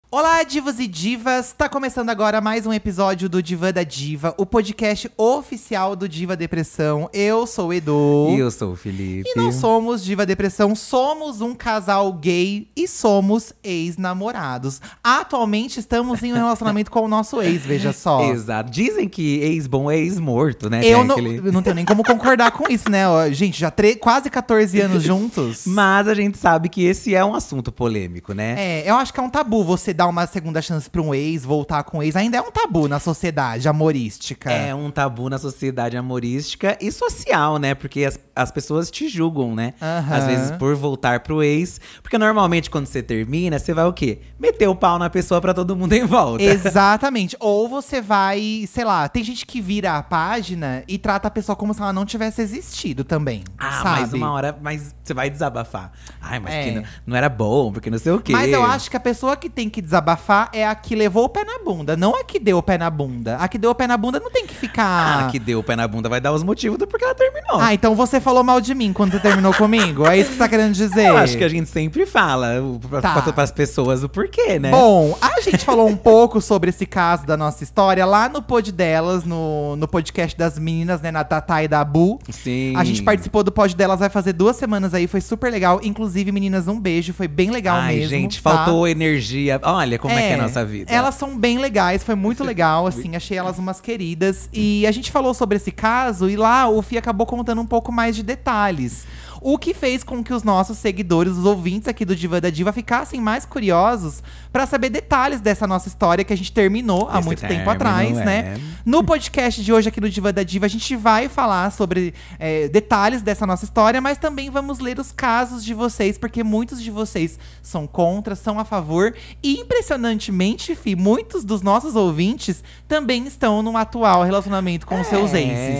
Olá, divos e divas! Tá começando agora mais um episódio do Divã da Diva, o podcast oficial do Diva Depressão. Eu sou o Edu. E eu sou o Felipe. E não somos Diva Depressão, somos um casal gay e somos ex-namorados. Atualmente estamos em um relacionamento com o nosso ex, veja só. Exato. Dizem que ex-bom é ex-morto, né? Eu não tenho nem como concordar com isso, né? Gente, já quase 14 anos juntos. Mas a gente sabe que esse é um assunto polêmico, né? Eu acho que é um tabu você dar uma segunda chance pra um ex, voltar com um ex. Ainda é um tabu na sociedade amorística. É um tabu na sociedade amorística e social, né? Porque as pessoas te julgam, né? Às vezes por voltar pro ex. Porque normalmente quando você termina, você vai o quê? Meter o pau na pessoa pra todo mundo em volta. Exatamente. Ou você vai, sei lá, tem gente que vira a página e trata a pessoa como se ela não tivesse existido também. Sabe? Mas uma hora, você vai desabafar. Ai, mas que não era bom, porque não sei o quê. Mas eu acho que a pessoa que tem que desabafar é a que levou o pé na bunda, não a que deu o pé na bunda. A que deu o pé na bunda não tem que ficar… A que deu o pé na bunda vai dar os motivos do porquê ela terminou. Então você falou mal de mim quando você terminou comigo? É isso que você tá querendo dizer? Eu acho que a gente sempre fala pras pessoas o porquê, né? Bom, a gente falou um pouco sobre esse caso da nossa história lá no pod delas, no podcast das meninas, né? Na Tatá e da Bu. Sim. A gente participou do pod delas, vai fazer 2 semanas aí, foi super legal. Inclusive, meninas, um beijo, foi bem legal mesmo. Ai, gente, tá? faltou energia. Olha como é que é a nossa vida. Elas são bem legais, foi muito legal, assim, achei elas umas queridas. E a gente falou sobre esse caso e lá o Fih acabou contando um pouco mais de detalhes. O que fez com que os nossos seguidores, os ouvintes aqui do Diva da Diva, ficassem mais curiosos pra saber detalhes dessa nossa história que a gente terminou há muito tempo atrás, né? No podcast de hoje aqui do Diva da Diva, a gente vai falar sobre detalhes dessa nossa história, mas também vamos ler os casos de vocês, porque muitos de vocês são contra, são a favor. E impressionantemente, Fih, muitos dos nossos ouvintes também estão num atual relacionamento com seus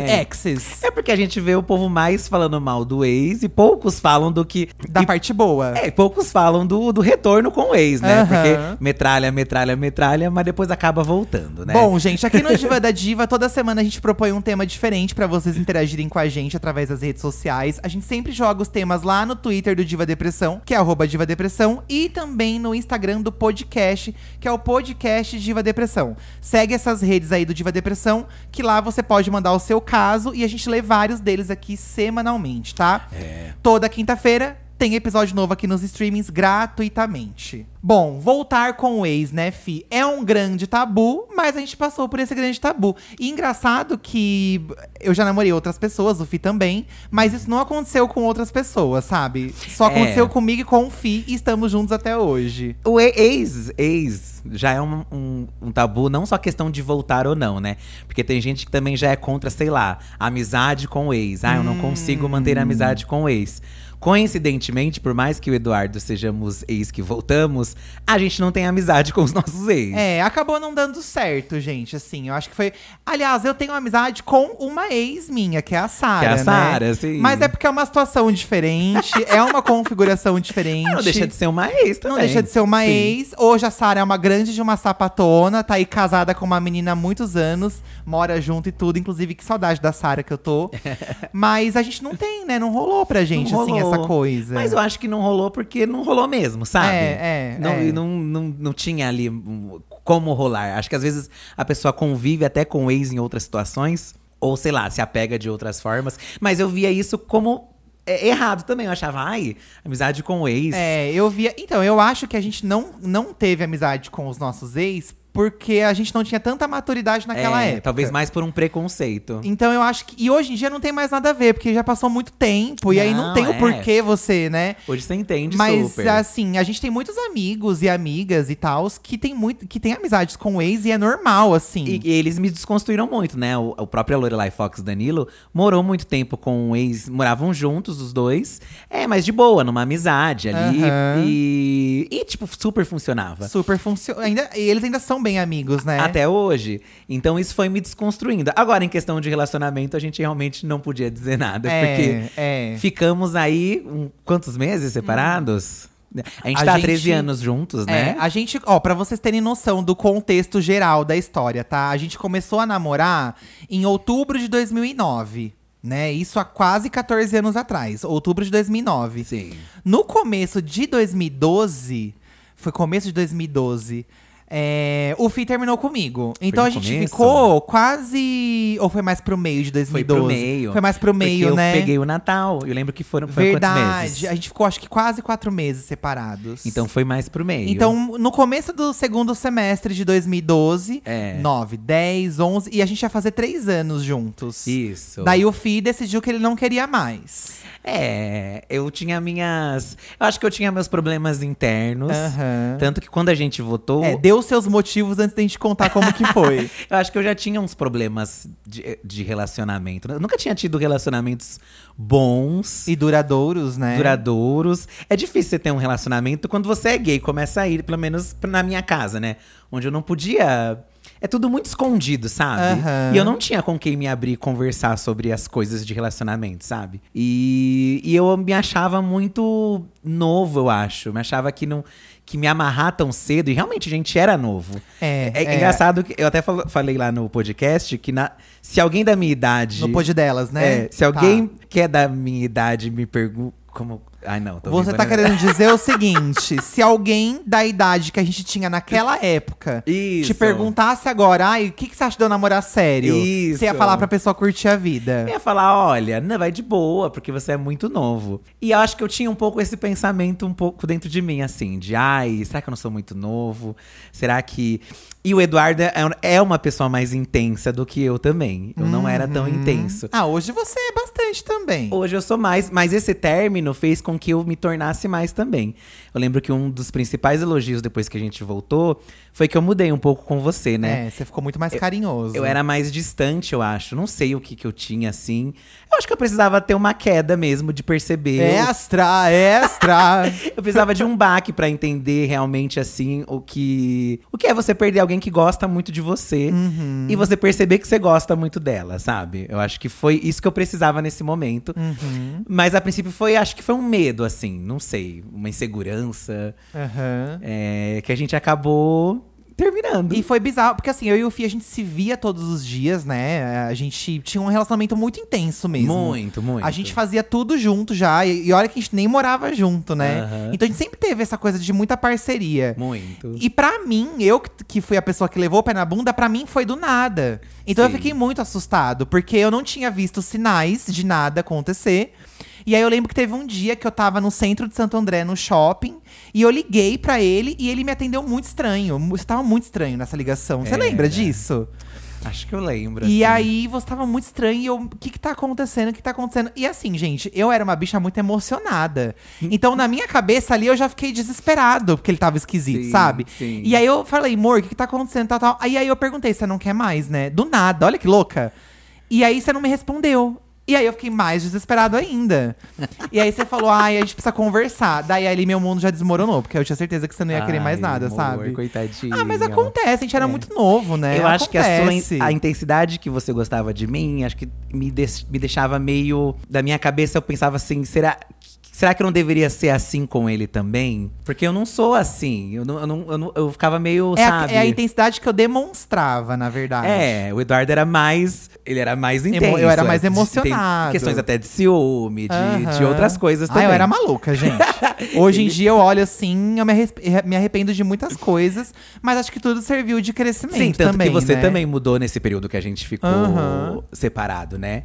exes. É porque a gente vê o povo mais falando mal do ex e poucos falam do que… Da parte boa. Poucos falam do retorno com o ex, né? Porque metralha, mas depois acaba voltando, né? Bom, gente, aqui no Diva da Diva, toda semana a gente propõe um tema diferente pra vocês interagirem com a gente através das redes sociais. A gente sempre joga os temas lá no Twitter do Diva Depressão, que é @DivaDepressão, e também no Instagram do podcast, que é o podcast Diva Depressão. Segue essas redes aí do Diva Depressão, que lá você pode mandar o seu caso e a gente lê vários deles aqui semanalmente, tá? Toda quinta-feira tem episódio novo aqui nos streamings gratuitamente. Bom, voltar com o ex, né, Fih? É um grande tabu, mas a gente passou por esse grande tabu. E engraçado que eu já namorei outras pessoas, o Fih também, mas isso não aconteceu com outras pessoas, sabe? Só aconteceu comigo e com o Fih e estamos juntos até hoje. O ex já é um tabu, não só questão de voltar ou não, né? Porque tem gente que também já é contra, sei lá, amizade com o ex. Eu não consigo manter a amizade com o ex. Coincidentemente, por mais que o Eduardo sejamos ex que voltamos, a gente não tem amizade com os nossos ex. Acabou não dando certo, gente, assim. Eu acho que foi… Aliás, eu tenho amizade com uma ex minha, que é a Sara, Que é a Sara, sim. Mas é porque é uma situação diferente, é uma configuração diferente. Não deixa de ser uma ex também. Não deixa de ser uma ex. Hoje a Sara é uma grande de uma sapatona, tá aí casada com uma menina há muitos anos, mora junto e tudo. Inclusive, que saudade da Sara que eu tô. Mas a gente não tem, né? Não rolou pra gente, assim, essa coisa. Mas eu acho que não rolou porque não rolou mesmo, sabe? Não tinha ali como rolar. Acho que às vezes a pessoa convive até com o ex em outras situações. Ou, sei lá, se apega de outras formas. Mas eu via isso como… errado também, eu achava, amizade com o ex. Eu via… Então, eu acho que a gente não teve amizade com os nossos ex porque a gente não tinha tanta maturidade naquela época. Talvez mais por um preconceito. Então eu acho que… E hoje em dia não tem mais nada a ver, porque já passou muito tempo. E aí não tem o porquê você, né? Hoje você entende super. Mas assim, a gente tem muitos amigos e amigas e tals que tem amizades com o ex e é normal, assim. E eles me desconstruíram muito, né? O próprio Lorelai Fox Danilo morou muito tempo com o ex. Moravam juntos, os dois. Mas de boa, numa amizade ali. E tipo, super funcionava. Super funciona. Eles ainda são bem amigos, né? Até hoje. Então isso foi me desconstruindo. Agora, em questão de relacionamento, a gente realmente não podia dizer nada. Porque ficamos aí, quantos meses separados? A gente tá há 13 anos juntos, né? A gente, pra vocês terem noção do contexto geral da história, tá? A gente começou a namorar em outubro de 2009. Né? Isso há quase 14 anos atrás. Outubro de 2009. Sim. No começo de 2012… Foi começo de 2012. O Fih terminou comigo. Então no a gente começo? ficou quase… Ou foi mais pro meio de 2012? Foi pro meio. Foi mais pro meio, porque né? eu peguei o Natal. Eu lembro que foi quantos Verdade. meses? A gente ficou acho que quase 4 meses separados. Então foi mais pro meio. Então, no começo do segundo semestre de 2012, 9, 10, 11… E a gente ia fazer 3 anos juntos. Isso. Daí o Fih decidiu que ele não queria mais. Eu tinha minhas… Eu acho que eu tinha meus problemas internos. Aham. Tanto que quando a gente votou… Deu seus motivos antes da gente contar como que foi. Eu acho que eu já tinha uns problemas de relacionamento. Eu nunca tinha tido relacionamentos bons. E duradouros, né? Duradouros. É difícil você ter um relacionamento quando você é gay. Começa a ir, pelo menos na minha casa, né? Onde eu não podia… É tudo muito escondido, sabe? Aham. E eu não tinha com quem me abrir e conversar sobre as coisas de relacionamento, sabe? E eu me achava muito novo, eu acho. Me achava que não… Que me amarrar tão cedo, e realmente a gente era novo. É engraçado que eu até falei lá no podcast que se alguém da minha idade. No pod delas, né? Se alguém que é da minha idade me pergunta. Como. Ai, não, tô Você tá querendo dizer o seguinte: se alguém da idade que a gente tinha naquela época Isso. te perguntasse agora, o que você acha de eu namorar sério? Isso. Você ia falar pra pessoa curtir a vida. Eu ia falar, olha, não, vai de boa, porque você é muito novo. E eu acho que eu tinha um pouco esse pensamento um pouco dentro de mim, assim, de será que eu não sou muito novo? Será que… E o Eduardo é uma pessoa mais intensa do que eu também. Eu não era tão intenso. Hoje você é bastante também. Hoje eu sou mais, mas esse término fez com que eu me tornasse mais também. Eu lembro que um dos principais elogios depois que a gente voltou foi que eu mudei um pouco com você, né? Você ficou muito mais carinhoso. Eu era mais distante, eu acho. Não sei o que eu tinha, assim. Eu acho que eu precisava ter uma queda mesmo, de perceber. Extra! Eu precisava de um baque pra entender realmente, assim, o que é você perder alguém que gosta muito de você. E você perceber que você gosta muito dela, sabe? Eu acho que foi isso que eu precisava nesse momento. Mas a princípio acho que foi um medo, assim, não sei, uma insegurança. Que a gente acabou terminando. E foi bizarro, porque assim, eu e o Fih, a gente se via todos os dias, né? A gente tinha um relacionamento muito intenso mesmo. Muito, muito. A gente fazia tudo junto já, e olha que a gente nem morava junto, né? Então a gente sempre teve essa coisa de muita parceria. Muito. E pra mim, eu que fui a pessoa que levou o pé na bunda, pra mim foi do nada. Então eu Sim. fiquei muito assustado, porque eu não tinha visto sinais de nada acontecer. E aí eu lembro que teve um dia que eu tava no centro de Santo André, no shopping, e eu liguei pra ele e ele me atendeu muito estranho. Você tava muito estranho nessa ligação. Você lembra disso? Acho que eu lembro. E assim. aí você tava muito estranho e eu, o que tá acontecendo? O que tá acontecendo? E assim, gente, eu era uma bicha muito emocionada. Então na minha cabeça ali eu já fiquei desesperado, porque ele tava esquisito, Sim, sabe? sim. E aí eu falei, amor, o que tá acontecendo? Tal, tal. Aí eu perguntei, você não quer mais, né? Do nada, olha que louca. E aí você não me respondeu. E aí eu fiquei mais desesperado ainda. E aí você falou, a gente precisa conversar. Daí ali meu mundo já desmoronou, porque eu tinha certeza que você não ia querer mais nada, amor, sabe? Coitadinho. Mas acontece, a gente era muito novo, né? Eu acho que Acontece. a intensidade que você gostava de mim, acho que me deixava meio… Da minha cabeça eu pensava assim, será que eu não deveria ser assim com ele também? Porque eu não sou assim. Eu ficava meio, sabe? É a intensidade que eu demonstrava, na verdade. O Eduardo era mais… Ele era mais intenso. Eu era mais Tem emocionado. questões até de ciúme, de outras coisas também. Eu era maluca, gente. Hoje em dia eu olho assim, eu me arrependo de muitas coisas. Mas acho que tudo serviu de crescimento. Sim, tanto também, que você né? também mudou nesse período que a gente ficou separado, né?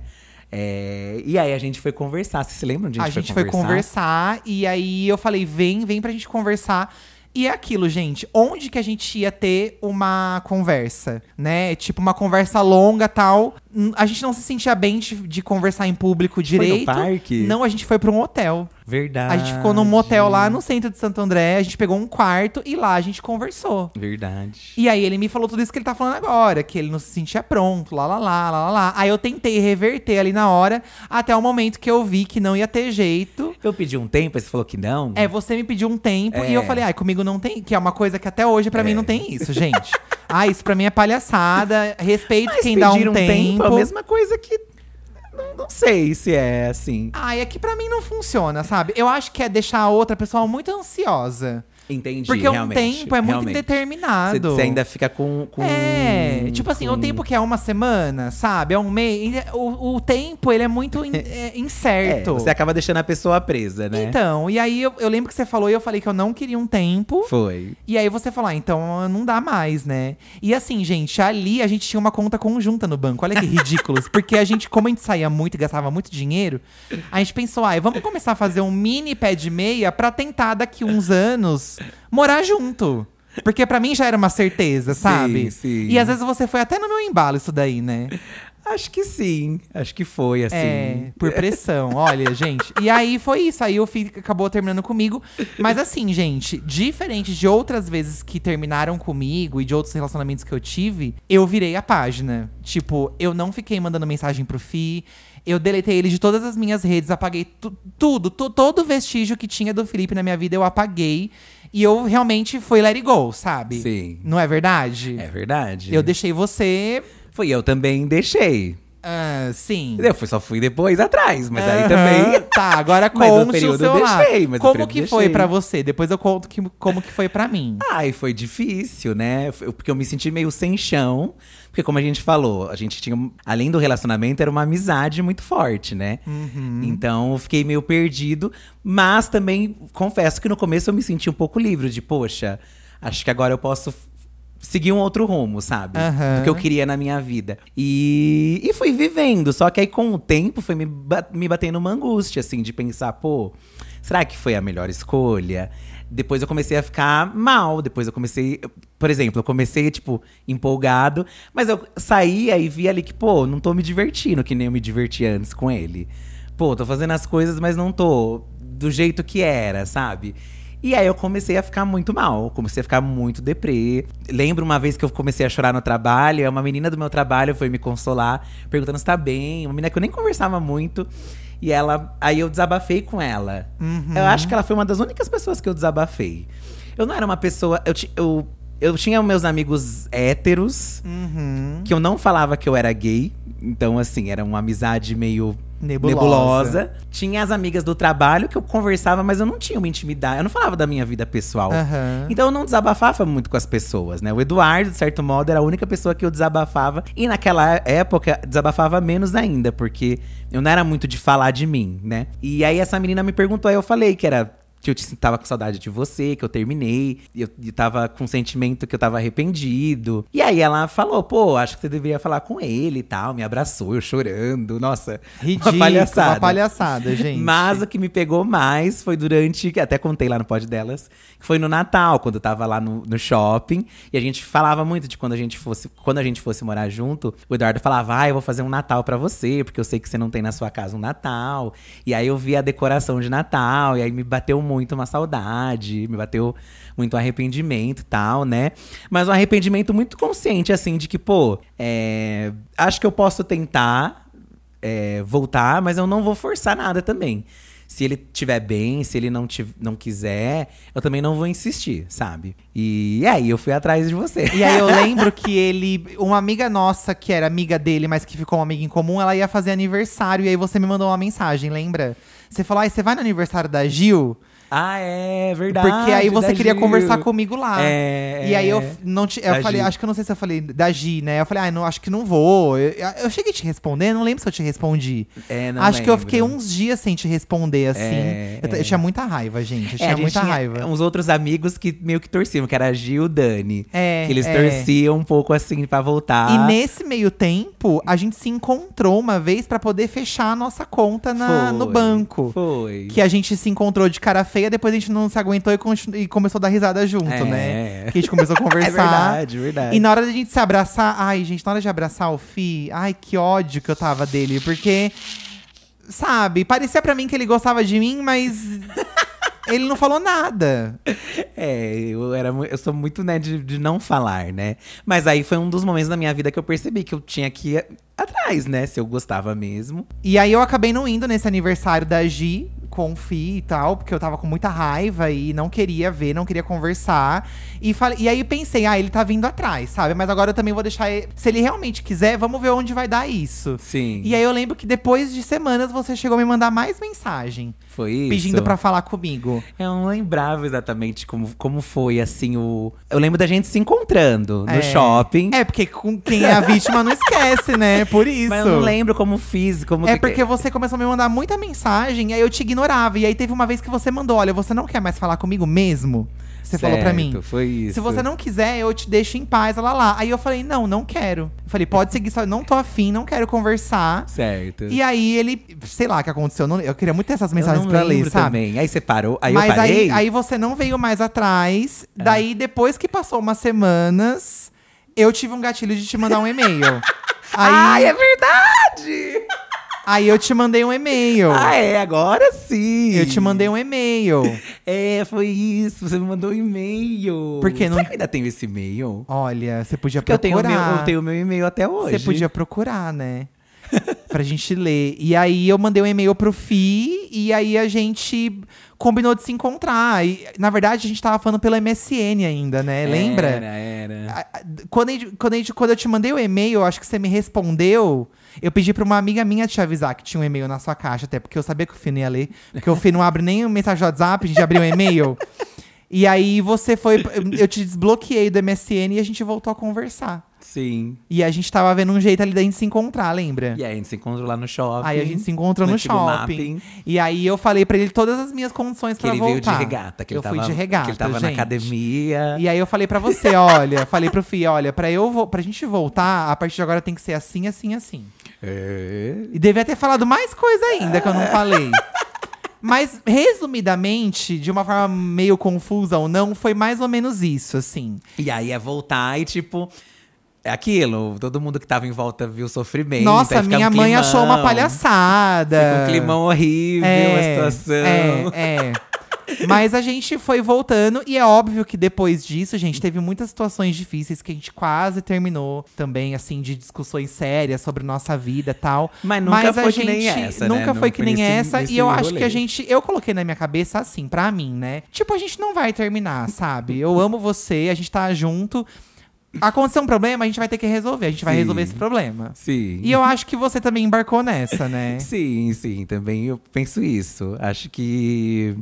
E aí a gente foi conversar. Você se lembra onde A gente foi conversar e aí eu falei, vem pra gente conversar. E é aquilo, gente. Onde que a gente ia ter uma conversa, né? Tipo, uma conversa longa, tal. A gente não se sentia bem de conversar em público direito. Foi no parque? Não, a gente foi pra um hotel. Verdade. A gente ficou num motel lá no centro de Santo André. A gente pegou um quarto e lá a gente conversou. Verdade. E aí ele me falou tudo isso que ele tá falando agora. Que ele não se sentia pronto, lá. Aí eu tentei reverter ali na hora. Até o momento que eu vi que não ia ter jeito. Eu pedi um tempo, aí você falou que não? Você me pediu um tempo e eu falei, comigo não tem. Que é uma coisa que até hoje pra mim não tem isso, gente. Isso pra mim é palhaçada. Respeito Mas quem dá pedir um tempo. É a mesma coisa que… Não sei se é assim. É que pra mim não funciona, sabe? Eu acho que é deixar a outra pessoa muito ansiosa. Entendi, Porque um realmente, tempo é muito realmente. indeterminado. Você ainda fica com. Tipo assim, o tempo que é uma semana, sabe? É um mês. O tempo, ele é muito incerto. Você acaba deixando a pessoa presa, né? Então, e aí eu lembro que você falou e eu falei que eu não queria um tempo. Foi. E aí você falou, então não dá mais, né? E assim, gente, ali a gente tinha uma conta conjunta no banco. Olha que ridículos. Porque como a gente saía muito e gastava muito dinheiro, a gente pensou, vamos começar a fazer um mini pé de meia pra tentar daqui uns anos morar junto. Porque pra mim já era uma certeza, sabe? Sim. E às vezes você foi até no meu embalo isso daí, né? Acho que sim. Acho que foi, assim. Por pressão. Olha, gente. E aí foi isso. Aí o Fih acabou terminando comigo. Mas assim, gente, diferente de outras vezes que terminaram comigo e de outros relacionamentos que eu tive, eu virei a página. Tipo, eu não fiquei mandando mensagem pro Fih. Eu deletei ele de todas as minhas redes, apaguei tudo. Todo vestígio que tinha do Felipe na minha vida, eu apaguei. E eu realmente fui let it go, sabe? Sim. Não é verdade? É verdade. Eu deixei você… Foi, eu também deixei. Sim. Eu só fui depois atrás, mas aí também. Tá, agora Mas conte o período seu eu deixei, lado. mas o Como período que eu foi deixei. pra você? Depois eu conto como que foi pra mim. Ai, foi difícil, né? Porque eu me senti meio sem chão. Porque como a gente falou, a gente tinha… Além do relacionamento, era uma amizade muito forte, né? Então, eu fiquei meio perdido. Mas também, confesso que no começo eu me senti um pouco livre. De, poxa, acho que agora eu posso… seguir um outro rumo, sabe? Do que eu queria na minha vida. E fui vivendo. Só que aí, com o tempo, foi me batendo uma angústia, assim, de pensar, pô, será que foi a melhor escolha? Depois eu comecei a ficar mal. Depois eu comecei… Por exemplo, eu comecei, tipo, empolgado. Mas eu saía e via ali que, pô, não tô me divertindo que nem eu me diverti antes com ele. Pô, tô fazendo as coisas, mas não tô do jeito que era, sabe? E aí eu comecei a ficar muito mal, comecei a ficar muito deprê. Lembro uma vez que eu comecei a chorar no trabalho, uma menina do meu trabalho foi me consolar, perguntando se tá bem. Uma menina que eu nem conversava muito. E aí eu desabafei com ela. Eu acho que ela foi uma das únicas pessoas que eu desabafei. Eu não era uma pessoa… Eu tinha meus amigos héteros, que eu não falava que eu era gay. Então, assim, era uma amizade meio… nebulosa. Tinha as amigas do trabalho que eu conversava, mas eu não tinha uma intimidade. Eu não falava da minha vida pessoal. Então eu não desabafava muito com as pessoas, né? O Eduardo, de certo modo, era a única pessoa que eu desabafava. E naquela época, desabafava menos ainda, porque eu não era muito de falar de mim, né? E aí essa menina me perguntou, aí eu falei que era… que eu tava com saudade de você, que eu terminei. E eu tava com um sentimento que eu tava arrependido. E aí ela falou, pô, acho que você deveria falar com ele e tal. Me abraçou, eu chorando. Nossa, ridículo, uma palhaçada, gente. Mas o que me pegou mais foi durante… que até contei lá no pod delas. Que foi no Natal, quando eu tava lá no shopping. E a gente falava muito de quando a gente fosse morar junto. O Eduardo falava, eu vou fazer um Natal pra você. Porque eu sei que você não tem na sua casa um Natal. E aí eu vi a decoração de Natal. E aí me bateu muito uma saudade, me bateu muito arrependimento e tal, né? Mas um arrependimento muito consciente, assim, de que, pô, acho que eu posso tentar voltar, mas eu não vou forçar nada também. Se ele estiver bem, se ele não quiser, eu também não vou insistir, sabe? E aí eu fui atrás de você. E aí eu lembro que uma amiga nossa, que era amiga dele, mas que ficou uma amiga em comum, ela ia fazer aniversário. E aí você me mandou uma mensagem, lembra? Você falou, você vai no aniversário da Gil? Ah, é verdade. Porque aí você queria Gil. conversar comigo lá. E aí eu falei, Gil. acho que eu não sei se eu falei da Gi, né? Eu falei, não, acho que não vou. Eu cheguei a te responder, não lembro se eu te respondi. Não acho que eu lembro. fiquei uns dias sem te responder, assim. Eu tinha muita raiva, gente. Eu tinha muita raiva. Uns outros amigos que meio que torciam, que era a Gil e o Dani. Que eles torciam um pouco assim pra voltar. E nesse meio tempo, a gente se encontrou uma vez pra poder fechar a nossa conta no banco. Foi. Que a gente se encontrou de cara feia, depois a gente não se aguentou e começou a dar risada junto, né? Que a gente começou a conversar. Verdade. E na hora da gente se abraçar… Ai, gente, na hora de abraçar o Fih… Ai, que ódio que eu tava dele. Porque, sabe, parecia pra mim que ele gostava de mim, mas… ele não falou nada. Eu sou muito, né, de não falar, né? Mas aí foi um dos momentos da minha vida que eu percebi que eu tinha que ir atrás, né? Se eu gostava mesmo. E aí eu acabei não indo nesse aniversário da Gi. com o Fih e tal, porque eu tava com muita raiva e não queria ver, não queria conversar. E aí pensei, ele tá vindo atrás, sabe? Mas agora eu também vou deixar ele. Se ele realmente quiser, vamos ver onde vai dar isso. Sim. E aí eu lembro que depois de semanas você chegou a me mandar mais mensagem. Foi isso? Pedindo pra falar comigo. Eu não lembrava exatamente como foi, assim, Eu lembro da gente se encontrando no shopping. Porque com quem é a vítima não esquece, né? Por isso. Mas eu não lembro como fiz, porque você começou a me mandar muita mensagem, e aí eu te ignorava. E aí teve uma vez que você mandou, olha, você não quer mais falar comigo mesmo? Você falou pra mim. Foi isso. Se você não quiser, eu te deixo em paz, lá. Aí eu falei, não quero. Eu falei, pode seguir, só não tô afim, não quero conversar. Certo. E aí ele, sei lá o que aconteceu. Eu queria muito ter essas mensagens pra ler, sabe? Também. Aí você parou, aí Mas eu parei. Aí você não veio mais atrás. Daí, depois que passou umas semanas, eu tive um gatilho de te mandar um e-mail. Ai, é verdade! Aí eu te mandei um e-mail. Agora sim! Eu te mandei um e-mail. Foi isso, você me mandou um e-mail. Porque não... Será que eu ainda tenho esse e-mail? Olha, você podia Porque procurar. eu tenho o meu e-mail até hoje. Você podia procurar, né? Pra gente ler. E aí eu mandei um e-mail pro Fih, e aí a gente combinou de se encontrar. E, na verdade, a gente tava falando pela MSN ainda, né? Lembra? Era. Quando eu te mandei o e-mail, eu acho que você me respondeu. Eu pedi pra uma amiga minha te avisar que tinha um e-mail na sua caixa, até porque eu sabia que o Fih não ia ler. Porque o Fih não abre nem mensagem do WhatsApp, a gente abriu um e-mail. E aí você foi. Eu te desbloqueei do MSN e a gente voltou a conversar. Sim. E a gente tava vendo um jeito ali da gente se encontrar, lembra? E aí a gente se encontrou lá no shopping. Aí a gente se encontrou no shopping. Mapping. E aí eu falei pra ele todas as minhas condições pra voltar. Que ele veio de regata. Eu fui de regata, que ele tava gente. na academia. E aí eu falei pra você, olha, falei pro Fih, olha, pra gente voltar, a partir de agora tem que ser assim, assim, assim. E devia ter falado mais coisa ainda que eu não falei. Mas, resumidamente, de uma forma meio confusa ou não, foi mais ou menos isso, assim. E aí é voltar e, tipo… É aquilo, todo mundo que tava em volta viu o sofrimento. Nossa, minha mãe achou uma palhaçada. Fica um climão horrível, a situação. Mas a gente foi voltando, e é óbvio que depois disso, gente, teve muitas situações difíceis que a gente quase terminou também, assim, de discussões sérias sobre nossa vida e tal. Mas nunca foi que nem essa, né? Nunca foi que nem essa, e eu acho rolê. que a gente… Eu coloquei na minha cabeça assim, pra mim, né? Tipo, a gente não vai terminar, sabe? Eu amo você, a gente tá junto… Aconteceu um problema, a gente vai ter que resolver. A gente vai resolver esse problema. Sim. E eu acho que você também embarcou nessa, né? Sim, também eu penso isso. Acho que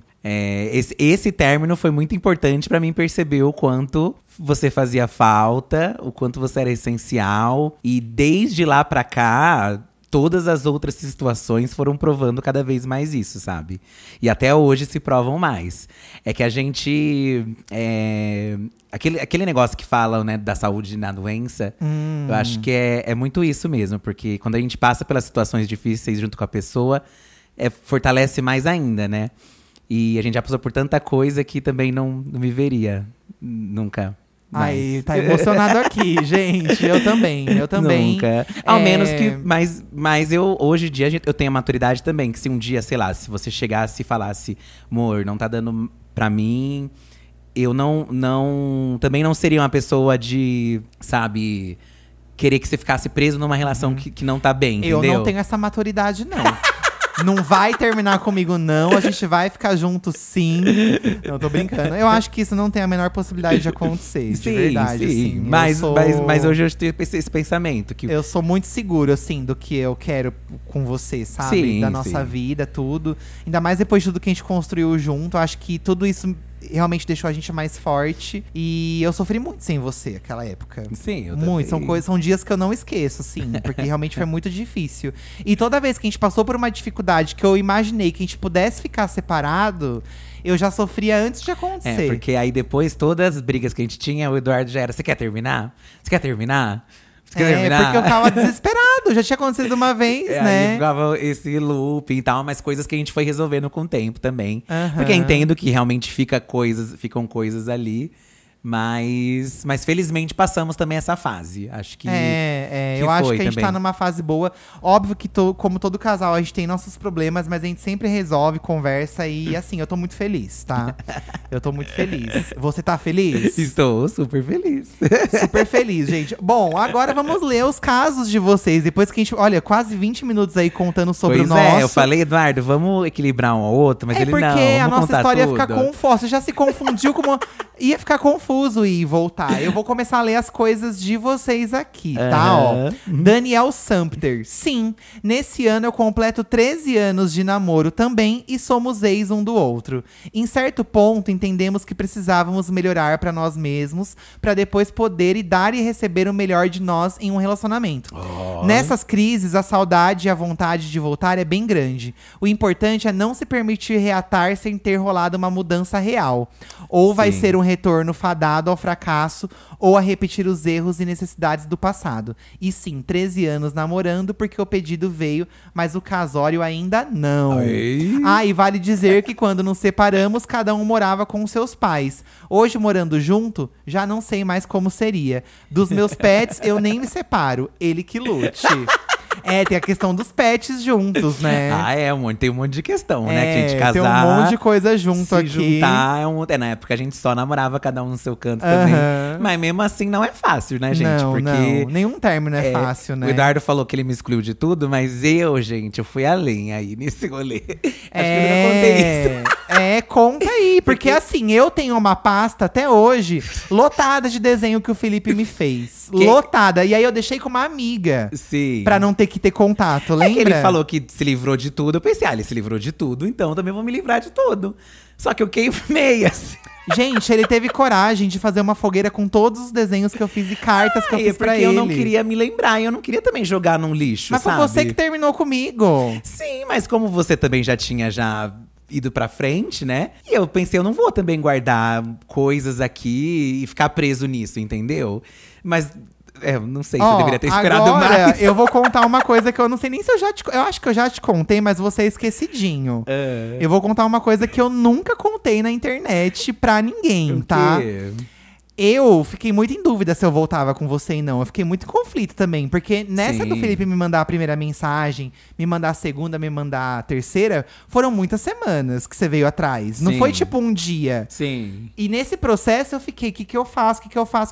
esse término foi muito importante pra mim perceber o quanto você fazia falta, o quanto você era essencial. E desde lá pra cá… Todas as outras situações foram provando cada vez mais isso, sabe? E até hoje se provam mais. É que a gente… Aquele negócio que falam, né, da saúde na doença, eu acho que é muito isso mesmo. Porque quando a gente passa pelas situações difíceis junto com a pessoa, fortalece mais ainda, né? E a gente já passou por tanta coisa que também não me veria nunca. Ai, tá emocionado aqui, gente. Eu também. Nunca. Ao menos que… Mas eu, hoje em dia, eu tenho a maturidade também. Que se um dia, sei lá, se você chegasse e falasse… Amor, não tá dando pra mim… Eu também não seria uma pessoa de, sabe… Querer que você ficasse preso numa relação que não tá bem, entendeu? Eu não tenho essa maturidade, não. Não vai terminar comigo, não. A gente vai ficar junto, sim. Não, tô brincando. Eu acho que isso não tem a menor possibilidade de acontecer, de verdade. Sim. Assim. Mas hoje eu tenho esse pensamento. Que… Eu sou muito seguro, assim, do que eu quero com você, sabe? Sim, da nossa vida, tudo. Ainda mais depois de tudo que a gente construiu junto. Acho que tudo isso realmente deixou a gente mais forte. E eu sofri muito sem você aquela época. Sim, eu muito. também. São dias que eu não esqueço, assim. Porque realmente foi muito difícil. E toda vez que a gente passou por uma dificuldade que eu imaginei que a gente pudesse ficar separado… Eu já sofria antes de acontecer. Porque aí depois, todas as brigas que a gente tinha, o Eduardo já era… Você quer terminar? Você quer terminar? Você quer terminar? Porque eu ficava desesperado. Já tinha acontecido uma vez, né? Aí ficava esse loop e tal, mas coisas que a gente foi resolvendo com o tempo também. Uhum. Porque eu entendo que realmente ficam coisas ali. Mas felizmente passamos também essa fase. Acho que. Eu acho que a gente também. tá numa fase boa. Óbvio que, como todo casal, a gente tem nossos problemas, mas a gente sempre resolve, conversa e assim, eu tô muito feliz, tá? Eu tô muito feliz. Você tá feliz? Estou super feliz. Super feliz, gente. Bom, agora vamos ler os casos de vocês. Depois que a gente, olha, quase 20 minutos aí contando sobre Pois o nosso. eu falei, Eduardo, vamos equilibrar um ao outro, mas ele porque não. a Vamos nossa contar história tudo. ia ficar confusa. Você já se confundiu com uma. Ia ficar confuso e voltar. Eu vou começar a ler as coisas de vocês aqui, tá? Ó. Daniel Sumpter. Sim, nesse ano eu completo 13 anos de namoro também e somos ex um do outro. Em certo ponto, entendemos que precisávamos melhorar pra nós mesmos, pra depois poder dar e receber o melhor de nós em um relacionamento. Nessas crises, a saudade e a vontade de voltar é bem grande. O importante é não se permitir reatar sem ter rolado uma mudança real. Ou vai Sim. ser um retorno fadado ao fracasso, ou a repetir os erros e necessidades do passado. E sim, 13 anos namorando porque o pedido veio, mas o casório ainda não. Ai. E vale dizer que quando nos separamos, cada um morava com seus pais. Hoje, morando junto, já não sei mais como seria. Dos meus pets, eu nem me separo. Ele que lute. Tem a questão dos pets juntos, né? Tem um monte de questão, né? Que a gente casar. Tem um monte de coisa junto se aqui. juntar na época a gente só namorava cada um no seu canto também. Mas mesmo assim não é fácil, né, gente? Não, porque nenhum término é fácil, né? O Eduardo falou que ele me excluiu de tudo, mas eu fui além aí nesse rolê. Acho que eu não contei isso. Conta aí. Porque assim, eu tenho uma pasta até hoje lotada de desenho que o Felipe me fez. Lotada. E aí eu deixei com uma amiga. Sim. Pra não ter que ter contato, lembra? É que ele falou que se livrou de tudo. Eu pensei, ele se livrou de tudo, então eu também vou me livrar de tudo. Só que eu queimei, assim. Gente, ele teve coragem de fazer uma fogueira com todos os desenhos que eu fiz e cartas que eu fiz pra ele. Porque eu não queria me lembrar, e eu não queria também jogar num lixo, Mas sabe? foi você que terminou comigo. Sim, mas como você também já tinha ido pra frente, né? E eu pensei, eu não vou também guardar coisas aqui e ficar preso nisso, entendeu? Mas não sei se eu deveria ter esperado agora, mais. Eu vou contar uma coisa que eu não sei nem se eu acho que eu já te contei, mas você é esquecidinho. Eu vou contar uma coisa que eu nunca contei na internet pra ninguém, tá? Quê? Eu fiquei muito em dúvida se eu voltava com você e não. Eu fiquei muito em conflito também. Porque nessa do Felipe me mandar a primeira mensagem, me mandar a segunda, me mandar a terceira, foram muitas semanas que você veio atrás. Não foi tipo um dia. Sim. E nesse processo eu fiquei, o que eu faço?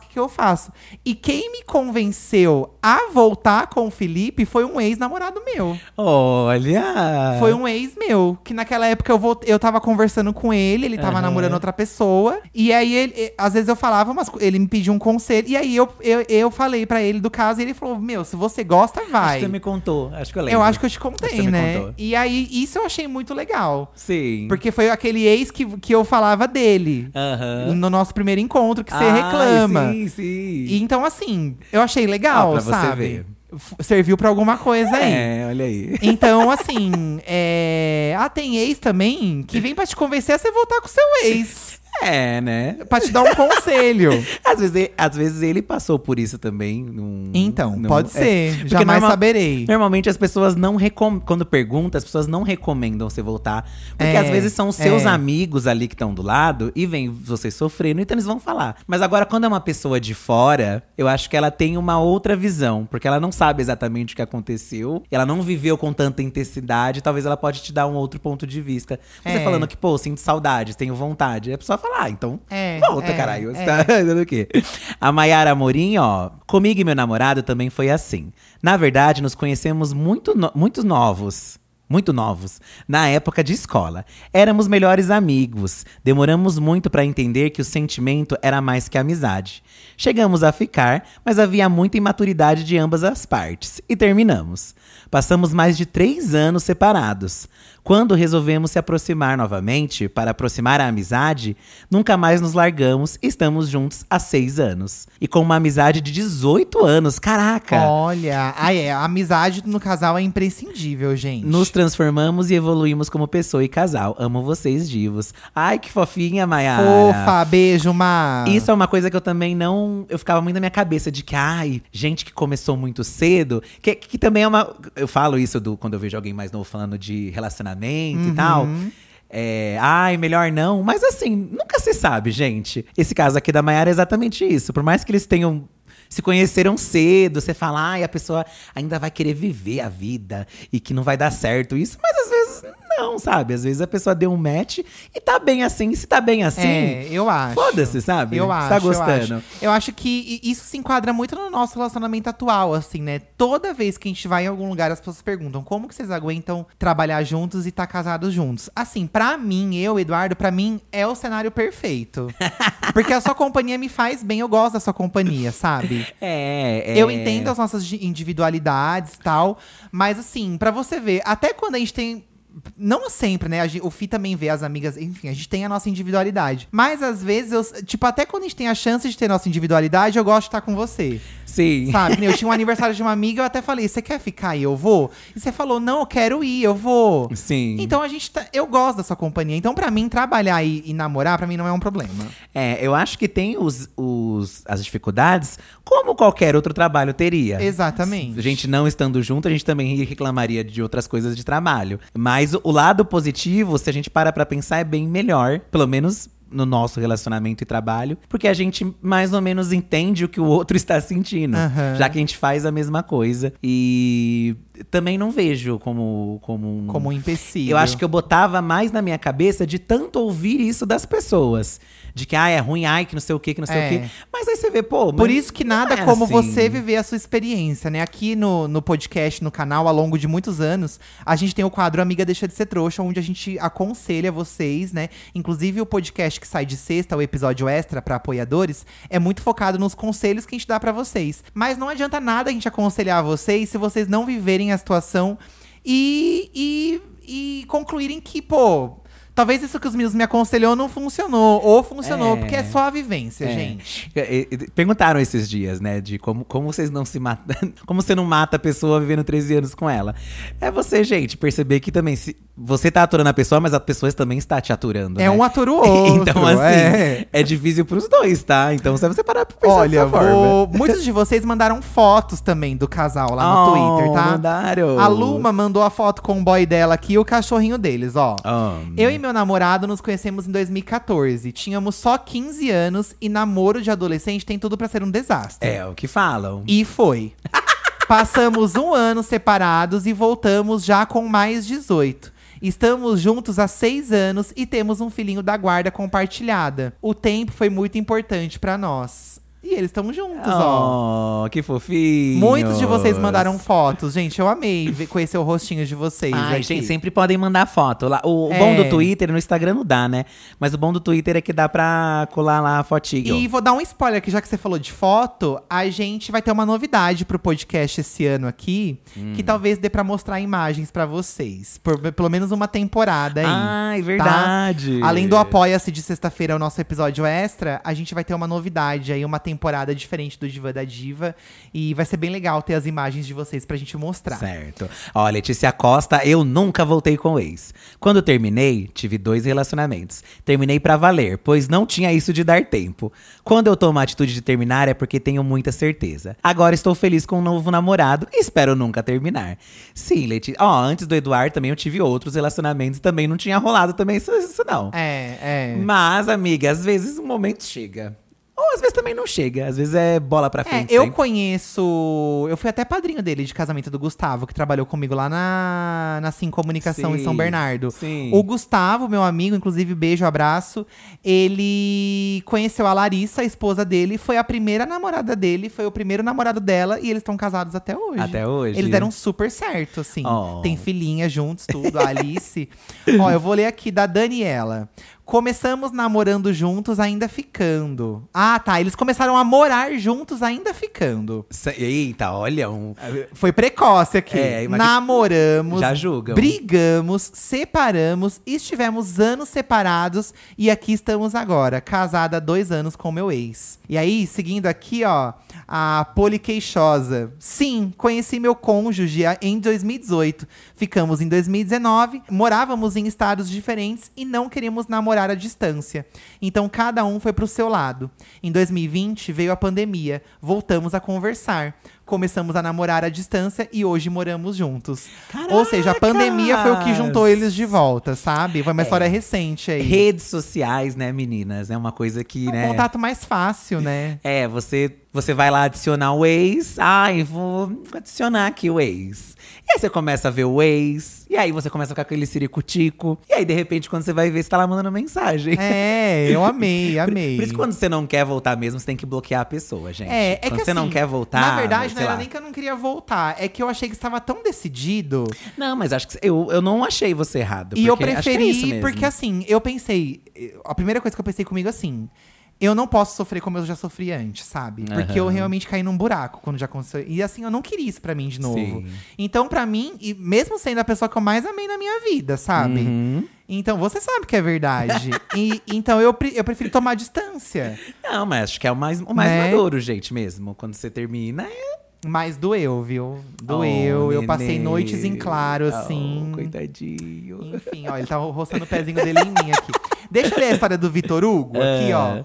E quem me convenceu a voltar com o Felipe foi um ex-namorado meu. Olha! Foi um ex meu. Que naquela época eu tava conversando com ele tava namorando outra pessoa. E aí, às vezes eu falava, mas ele me pediu um conselho. E aí eu falei pra ele do caso e ele falou: Meu, se você gosta, vai. Acho que você me contou. Acho que eu lembro. Eu acho que eu te contei, né? Contou. E aí, isso eu achei muito legal. Sim. Porque foi aquele ex que eu falava dele. No nosso primeiro encontro, que você reclama. Sim, sim. E então, assim, eu achei legal, pra você sabe? ver. Serviu pra alguma coisa aí. Olha aí. Então, assim, tem ex também que vem pra te convencer a você voltar com seu ex. Né? Pra te dar um conselho. Às vezes ele passou por isso também. Pode ser. Porque Jamais saberei. Normalmente as pessoas não recomendam. Quando perguntam, as pessoas não recomendam você voltar. Porque às vezes são seus amigos ali que estão do lado e vem você sofrendo, então eles vão falar. Mas agora, quando é uma pessoa de fora, eu acho que ela tem uma outra visão. Porque ela não sabe exatamente o que aconteceu. Ela não viveu com tanta intensidade. Talvez ela pode te dar um outro ponto de vista. Você falando que, sinto saudades, tenho vontade. A pessoa fala, então volta, caralho. Você tá fazendo o quê? A Mayara Amorim, comigo e meu namorado também foi assim. Na verdade, nos conhecemos muito novos, na época de escola. Éramos melhores amigos. Demoramos muito pra entender que o sentimento era mais que amizade. Chegamos a ficar, mas havia muita imaturidade de ambas as partes. E terminamos. Passamos mais de 3 anos separados. Quando resolvemos se aproximar novamente, para aproximar a amizade, nunca mais nos largamos e estamos juntos há 6 anos. E com uma amizade de 18 anos, caraca! Olha, a amizade no casal é imprescindível, gente. Nos transformamos e evoluímos como pessoa e casal. Amo vocês, divos. Ai, que fofinha, Mayara. Fofa, beijo, Mar. Isso é uma coisa que eu também não… Eu ficava muito na minha cabeça de que, gente que começou muito cedo… Que também é uma… Eu falo isso quando eu vejo alguém mais novo falando de relacionamento e tal. Ai, melhor não. Mas assim, nunca se sabe, gente. Esse caso aqui da Maiara é exatamente isso. Por mais que eles tenham se conheceram cedo, você fala, ai, a pessoa ainda vai querer viver a vida e que não vai dar certo isso. Mas às vezes não, sabe? Às vezes a pessoa deu um match e tá bem assim. Se tá bem assim, eu acho. Foda-se, sabe? Eu Você acho, tá gostando. Eu acho que isso se enquadra muito no nosso relacionamento atual, assim, né? Toda vez que a gente vai em algum lugar, as pessoas perguntam como que vocês aguentam trabalhar juntos e tá casados juntos. Assim, pra mim, Eduardo, pra mim é o cenário perfeito. Porque a sua companhia me faz bem, eu gosto da sua companhia, sabe? Eu entendo as nossas individualidades e tal, mas assim, pra você ver, até quando a gente tem… Não sempre, né? O Fih também vê as amigas… Enfim, a gente tem a nossa individualidade. Mas às vezes, tipo, até quando a gente tem a chance de ter nossa individualidade, eu gosto de estar com você. Sim. Sabe? Eu tinha um aniversário de uma amiga, eu até falei, você quer ficar e eu vou? E você falou, não, eu quero ir, eu vou. Sim. Então eu gosto da sua companhia. Então pra mim, trabalhar e namorar, pra mim não é um problema. Eu acho que tem as dificuldades, como qualquer outro trabalho teria. Exatamente. A gente não estando junto, a gente também reclamaria de outras coisas de trabalho. Mas o lado positivo, se a gente para pra pensar, é bem melhor. Pelo menos no nosso relacionamento e trabalho. Porque a gente mais ou menos entende o que o outro está sentindo. Já que a gente faz a mesma coisa. E também não vejo como um empecilho. Eu acho que eu botava mais na minha cabeça de tanto ouvir isso das pessoas. De que, é ruim, que não sei o que não sei o quê. Mas aí você vê, pô… Por isso que nada como assim. você viver a sua experiência, né? Aqui no podcast, no canal, ao longo de muitos anos, a gente tem o quadro Amiga Deixa de Ser Trouxa, onde a gente aconselha vocês, né? Inclusive o podcast que sai de sexta, o episódio extra para apoiadores, é muito focado nos conselhos que a gente dá para vocês. Mas não adianta nada a gente aconselhar vocês se vocês não viverem a situação e concluírem que, pô… Talvez isso que os meninos me aconselhou não funcionou. Ou funcionou, porque é só a vivência, gente. Perguntaram esses dias, né? De como vocês não se matam. Como você não mata a pessoa vivendo 13 anos com ela. É você, gente, perceber que também… Você tá aturando a pessoa, mas a pessoa também está te aturando, né? Um atura o outro. Então, assim, é difícil pros dois, tá? Então, você parar pra pensar dessa forma. Muitos de vocês mandaram fotos também do casal lá no Twitter, tá? Mandaram. A Luma mandou a foto com o boy dela aqui e o cachorrinho deles, ó. Eu e meu namorado nos conhecemos em 2014. Tínhamos só 15 anos e namoro de adolescente tem tudo pra ser um desastre. É o que falam. E foi. Passamos 1 ano separados e voltamos já com mais 18. Estamos juntos há 6 anos e temos um filhinho da guarda compartilhada. O tempo foi muito importante pra nós. E eles estão juntos, ó. Que fofinho. Muitos de vocês mandaram fotos. Gente, eu amei conhecer o rostinho de vocês. Ai, gente, sempre podem mandar foto. O bom do Twitter, no Instagram não dá, né? Mas o bom do Twitter é que dá pra colar lá a fotinho. E vou dar um spoiler aqui, já que você falou de foto. A gente vai ter uma novidade pro podcast esse ano aqui. Que talvez dê pra mostrar imagens pra vocês. Por pelo menos uma temporada aí. Ai, verdade. Tá? Além do Apoia-se de sexta-feira, o nosso episódio extra, a gente vai ter uma novidade aí, uma temporada diferente do Diva da Diva. E vai ser bem legal ter as imagens de vocês pra gente mostrar. Certo. Ó, Letícia Costa, eu nunca voltei com o ex. Quando terminei, tive 2 relacionamentos. Terminei pra valer, pois não tinha isso de dar tempo. Quando eu tomo a atitude de terminar é porque tenho muita certeza. Agora estou feliz com um novo namorado e espero nunca terminar. Sim, Letícia. Ó, antes do Eduardo também eu tive outros relacionamentos. Também não tinha rolado também isso não. Mas, amiga, às vezes o momento chega. Ou às vezes também não chega, às vezes é bola pra frente. Eu fui até padrinho dele de casamento do Gustavo, que trabalhou comigo lá na Sim Comunicação em São Bernardo. Sim. O Gustavo, meu amigo, inclusive beijo, abraço, ele conheceu a Larissa, a esposa dele, foi a primeira namorada dele, foi o primeiro namorado dela e eles estão casados até hoje. Até hoje? Eles deram super certo, assim. Tem filhinha juntos, tudo, a Alice. Ó, eu vou ler aqui da Daniela. Começamos namorando juntos, ainda ficando. Ah, tá. Eles começaram a morar juntos, ainda ficando. Eita, olha Foi precoce aqui. Namoramos. Já julgam. Brigamos, separamos, estivemos anos separados. E aqui estamos agora, casada há 2 anos com meu ex. E aí, seguindo aqui, ó. A Poliqueixosa. Sim, conheci meu cônjuge em 2018. Ficamos em 2019, morávamos em estados diferentes e não queríamos namorar à distância. Então cada um foi pro seu lado. Em 2020 veio a pandemia, voltamos a conversar. Começamos a namorar à distância e hoje moramos juntos. Caraca! Ou seja, a pandemia foi o que juntou eles de volta, sabe? Foi uma história recente aí. Redes sociais, né, meninas? É uma coisa que, né? Um contato mais fácil, né? Você vai lá adicionar o ex. Ai, vou adicionar aqui o ex. E aí você começa a ver o ex. E aí você começa a ficar com aquele ciricutico. E aí, de repente, quando você vai ver, você tá lá mandando mensagem. É, eu amei, amei. Por isso que quando você não quer voltar mesmo, você tem que bloquear a pessoa, gente. Quando que você não assim, quer voltar. Na verdade, não sei era lá. nem que eu não queria voltar. É que eu achei que estava tão decidido. Não, mas acho que eu não achei você errado. E eu porque acho que é isso preferi, mesmo. porque assim, eu pensei. A primeira coisa que eu pensei comigo assim. Eu não posso sofrer como eu já sofri antes, sabe? Porque eu realmente caí num buraco quando já aconteceu. E assim, eu não queria isso pra mim de novo. Sim. Então, pra mim, e mesmo sendo a pessoa que eu mais amei na minha vida, sabe? Então, você sabe que é verdade. Então, eu prefiro tomar distância. Não, mas acho que é o mais Né? maduro, gente, mesmo. Quando você termina, Mas doeu, viu? Oh, Doeu. Eu passei nenê. noites em claro, assim. Oh, coitadinho. Enfim, ó, ele tá roçando o pezinho dele em mim aqui. Deixa eu ler a história do Vitor Hugo aqui, ó.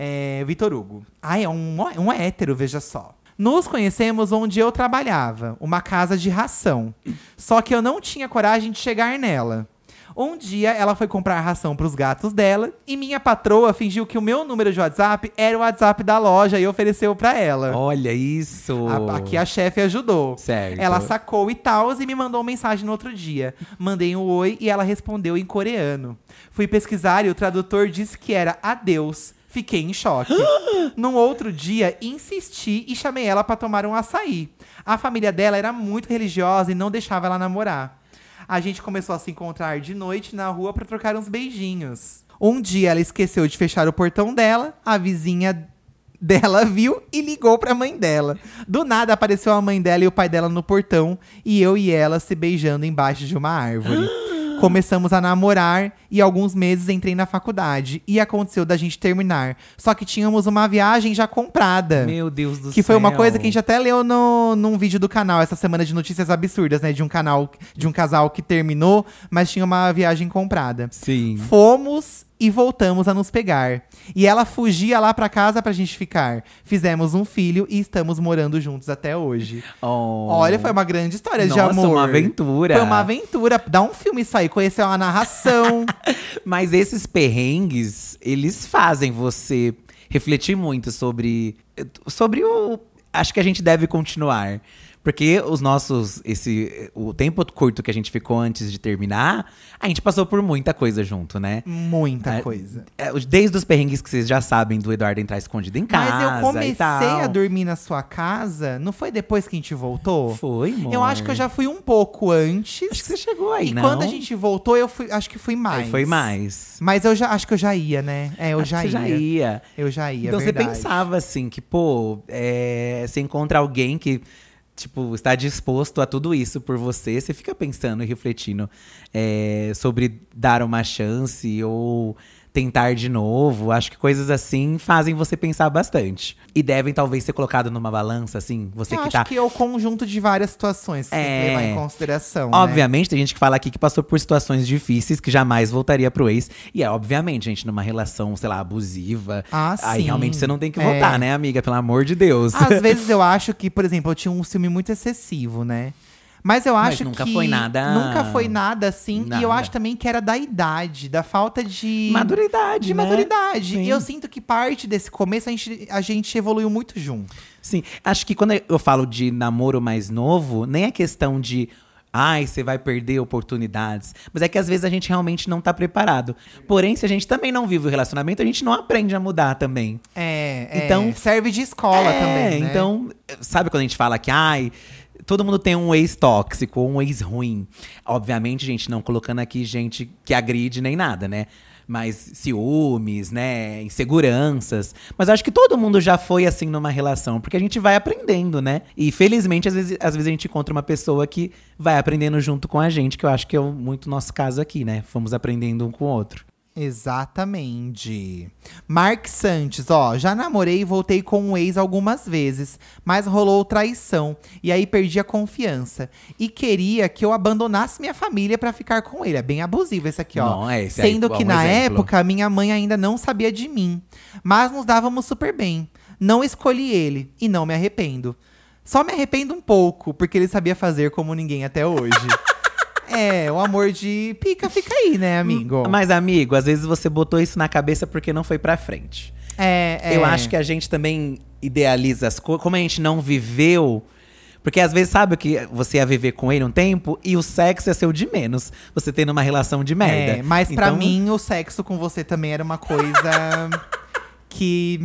Vitor Hugo. Ah, é um hétero, veja só. Nos conhecemos onde eu trabalhava, uma casa de ração. Só que eu não tinha coragem de chegar nela. Um dia, ela foi comprar ração pros gatos dela e minha patroa fingiu que o meu número de WhatsApp era o WhatsApp da loja e ofereceu pra ela. Olha isso. Aqui a chefe ajudou. Certo. Ela sacou e tal e me mandou mensagem no outro dia. Mandei um oi e ela respondeu em coreano. Fui pesquisar e o tradutor disse que era adeus. Fiquei em choque. Num outro dia, insisti e chamei ela pra tomar um açaí. A família dela era muito religiosa e não deixava ela namorar. A gente começou a se encontrar de noite na rua pra trocar uns beijinhos. Um dia ela esqueceu de fechar o portão dela, a vizinha dela viu e ligou pra mãe dela. Do nada apareceu a mãe dela e o pai dela no portão e eu e ela se beijando embaixo de uma árvore. Começamos a namorar e alguns meses entrei na faculdade. E aconteceu da gente terminar. Só que tínhamos uma viagem já comprada. Meu Deus do céu. Que foi uma coisa que a gente até leu num vídeo do canal essa semana de notícias absurdas, né? De um casal que terminou, mas tinha uma viagem comprada. Sim. Fomos e voltamos a nos pegar. E ela fugia lá pra casa pra gente ficar. Fizemos um filho e estamos morando juntos até hoje. Oh. Olha, foi uma grande história de Nossa, amor. uma aventura. Foi uma aventura. Dá um filme isso aí, conhecer uma narração. Mas esses perrengues, eles fazem você refletir muito sobre o… Acho que a gente deve continuar. Porque o tempo curto que a gente ficou antes de terminar, a gente passou por muita coisa junto, né? Muita coisa. Desde os perrengues que vocês já sabem do Eduardo entrar escondido em casa. Mas eu comecei e tal. a dormir na sua casa, não foi depois que a gente voltou? Foi, amor. Eu acho que eu já fui um pouco antes. Acho que você chegou aí, E não? quando a gente voltou, acho que fui mais. Aí foi mais. Mas acho que eu já ia, né? Eu Acho já que ia. você já ia. Eu já ia, Então verdade. você pensava assim, que você encontra alguém que… Tipo, está disposto a tudo isso por você. Você fica pensando e refletindo sobre dar uma chance ou tentar de novo. Acho que coisas assim fazem você pensar bastante. E devem talvez ser colocado numa balança, assim. Você Eu que acho tá… que é o conjunto de várias situações que você tem que levar em consideração, né? Obviamente, tem gente que fala aqui que passou por situações difíceis, que jamais voltaria pro ex. E obviamente, gente, numa relação, sei lá, abusiva. Aí sim. realmente você não tem que voltar, né, amiga? Pelo amor de Deus. Às vezes eu acho que, por exemplo, eu tinha um ciúme muito excessivo, né? Mas eu acho nunca que… foi nada… Nunca foi nada, assim. E eu Nada. acho também que era da idade, da falta de… Maturidade, De né? maturidade. Sim. E eu sinto que parte desse começo a gente evoluiu muito junto. Sim, acho que quando eu falo de namoro mais novo, nem é questão de… Ai, você vai perder oportunidades. Mas é que às vezes a gente realmente não tá preparado. Porém, se a gente também não vive o relacionamento, a gente não aprende a mudar também. Então, serve de escola também, né? Então, sabe quando a gente fala que… Ai, todo mundo tem um ex tóxico ou um ex ruim. Obviamente, gente, não colocando aqui gente que agride nem nada, né? Mas ciúmes, né? Inseguranças. Mas acho que todo mundo já foi assim numa relação. Porque a gente vai aprendendo, né? E felizmente, às vezes a gente encontra uma pessoa que vai aprendendo junto com a gente. Que eu acho que é muito nosso caso aqui, né? Fomos aprendendo um com o outro. Exatamente. Mark Santos, ó, já namorei e voltei com um ex algumas vezes, mas rolou traição e aí perdi a confiança. E queria que eu abandonasse minha família pra ficar com ele. É bem abusivo esse aqui, ó. Não, é esse aí, Sendo que bom na exemplo. época minha mãe ainda não sabia de mim, mas nos dávamos super bem. Não escolhi ele e não me arrependo. Só me arrependo um pouco, porque ele sabia fazer como ninguém até hoje. É, o amor de pica fica aí, né, amigo? Mas, amigo, às vezes você botou isso na cabeça porque não foi pra frente. Eu acho que a gente também idealiza as coisas. Como a gente não viveu. Porque às vezes sabe que você ia viver com ele um tempo e o sexo ia ser o de menos. Você tendo uma relação de merda. Mas pra Então, mim, o sexo com você também era uma coisa que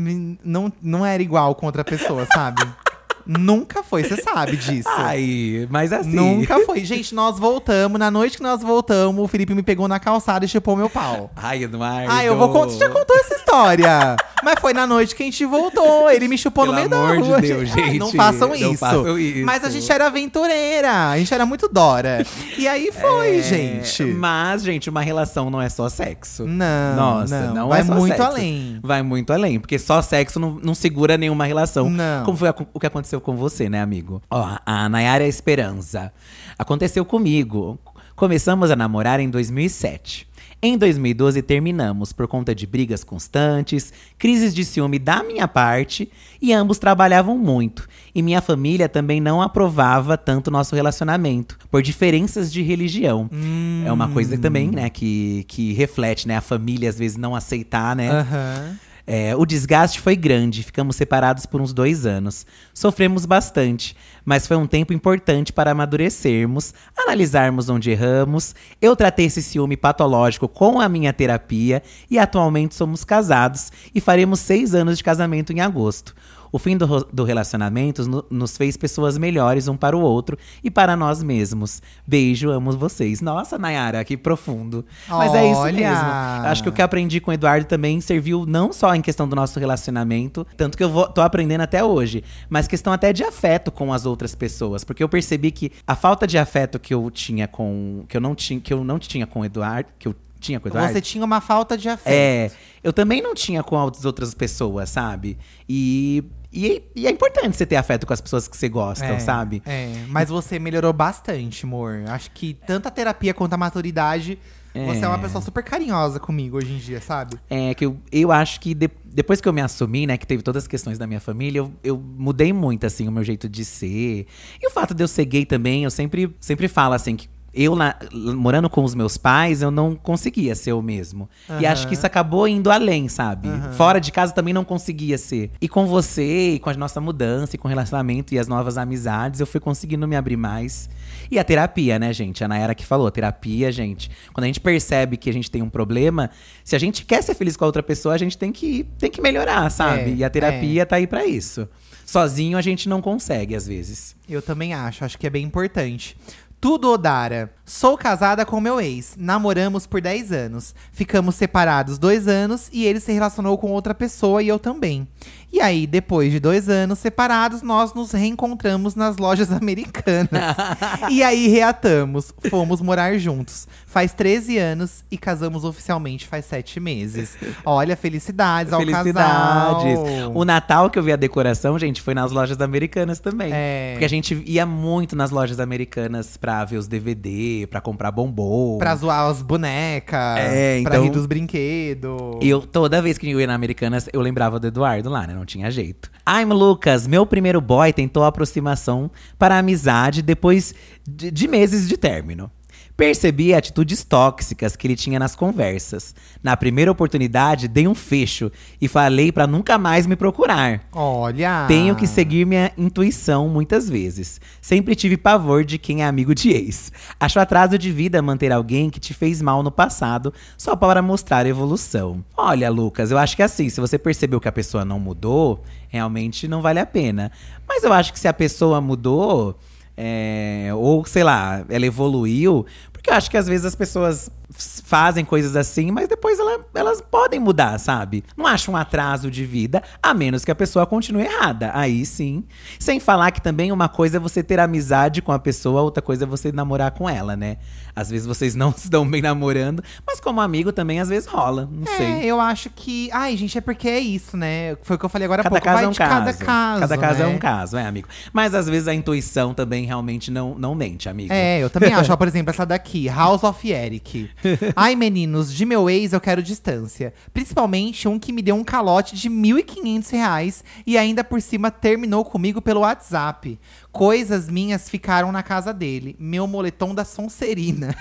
não era igual com outra pessoa, sabe? Nunca foi, você sabe disso. Ai, mas assim. Nunca foi. Gente, nós voltamos. Na noite que nós voltamos, o Felipe me pegou na calçada e chupou meu pau. Ai, Eduardo. Ah, eu vou contar. Você já contou essa história. Mas foi na noite que a gente voltou. Ele me chupou no Pelo meio da amor rua. de Deus, Ai, gente. não façam Não isso. façam isso. Mas a gente era aventureira. A gente era muito dora. E aí foi, gente. Mas, gente, uma relação não é só sexo. Não, Nossa, não vai é só muito sexo. além. Vai muito além. Porque só sexo não segura nenhuma relação. Não. Como foi o que aconteceu com você, né, amigo? Ó, a Nayara Esperança. Aconteceu comigo. Começamos a namorar em 2007. Em 2012 terminamos por conta de brigas constantes, crises de ciúme da minha parte e ambos trabalhavam muito. E minha família também não aprovava tanto nosso relacionamento, por diferenças de religião. É uma coisa também, né, que reflete, né, a família às vezes não aceitar, né? Aham. O desgaste foi grande, ficamos separados por uns 2 anos. Sofremos bastante, mas foi um tempo importante para amadurecermos, analisarmos onde erramos. Eu tratei esse ciúme patológico com a minha terapia e atualmente somos casados e faremos 6 anos de casamento em agosto. O fim do relacionamento nos fez pessoas melhores um para o outro e para nós mesmos. Beijo, amo vocês. Nossa, Nayara, que profundo. Mas é isso Olha! mesmo. Acho que o que eu aprendi com o Eduardo também serviu não só em questão do nosso relacionamento, tanto que eu tô aprendendo até hoje, mas questão até de afeto com as outras pessoas. Porque eu percebi que a falta de afeto que eu tinha que eu não tinha com o Eduardo, que eu tinha com o Eduardo. Você tinha uma falta de afeto. Eu também não tinha com as outras pessoas, sabe? E é importante você ter afeto com as pessoas que você gosta, sabe? Mas você melhorou bastante, amor. Acho que tanto a terapia quanto a maturidade, você é uma pessoa super carinhosa comigo hoje em dia, sabe? Que eu acho que depois que eu me assumi, né, que teve todas as questões da minha família, eu mudei muito, assim, o meu jeito de ser. E o fato de eu ser gay também, eu sempre falo, assim, que eu, morando com os meus pais, eu não conseguia ser eu mesmo. E acho que isso acabou indo além, sabe? Fora de casa também não conseguia ser. E com você, e com a nossa mudança, e com o relacionamento, e as novas amizades, eu fui conseguindo me abrir mais. E a terapia, né, gente? A Nayara que falou, terapia, gente. Quando a gente percebe que a gente tem um problema, se a gente quer ser feliz com a outra pessoa, a gente tem que melhorar, sabe? E a terapia tá aí pra isso. Sozinho a gente não consegue, às vezes. Eu também acho que é bem importante. Tudo Odara. Sou casada com meu ex. Namoramos por 10 anos. Ficamos separados 2 anos e ele se relacionou com outra pessoa e eu também. E aí, depois de 2 anos separados, nós nos reencontramos nas lojas americanas. E aí, reatamos. Fomos morar juntos. Faz 13 anos e casamos oficialmente faz 7 meses. Olha, felicidades ao casal. O Natal que eu vi a decoração, gente, foi nas lojas americanas também. Porque a gente ia muito nas lojas americanas pra ver os DVD, pra comprar bombom. Pra zoar as bonecas, pra então rir dos brinquedos. Toda vez que eu ia na Americanas, eu lembrava do Eduardo lá, né? Não tinha jeito. I'm Lucas, meu primeiro boy tentou a aproximação para a amizade depois de meses de término. Percebi atitudes tóxicas que ele tinha nas conversas. Na primeira oportunidade, dei um fecho e falei pra nunca mais me procurar. Olha! Tenho que seguir minha intuição muitas vezes. Sempre tive pavor de quem é amigo de ex. Acho atraso de vida manter alguém que te fez mal no passado só para mostrar evolução. Olha, Lucas, eu acho que assim, se você percebeu que a pessoa não mudou, realmente não vale a pena. Mas eu acho que se a pessoa mudou… ou, sei lá, ela evoluiu. Por Porque eu acho que às vezes as pessoas fazem coisas assim, mas depois elas podem mudar, sabe? Não acho um atraso de vida, a menos que a pessoa continue errada. Aí sim. Sem falar que também uma coisa é você ter amizade com a pessoa, outra coisa é você namorar com ela, né? Às vezes vocês não se dão bem namorando, mas como amigo também às vezes rola, não sei. Eu acho que… Ai, gente, é porque é isso, né? Foi o que eu falei agora há Cada pouco. caso Vai é um de caso. cada caso, Cada caso é né? um caso, amigo? Mas às vezes a intuição também realmente não mente, amigo. Eu também acho. Ó, por exemplo, essa daqui, House of Eric. Ai, meninos, de meu ex eu quero distância. Principalmente um que me deu um calote de R$ 1.500 e ainda por cima terminou comigo pelo WhatsApp. Coisas minhas ficaram na casa dele. Meu moletom da Sonserina.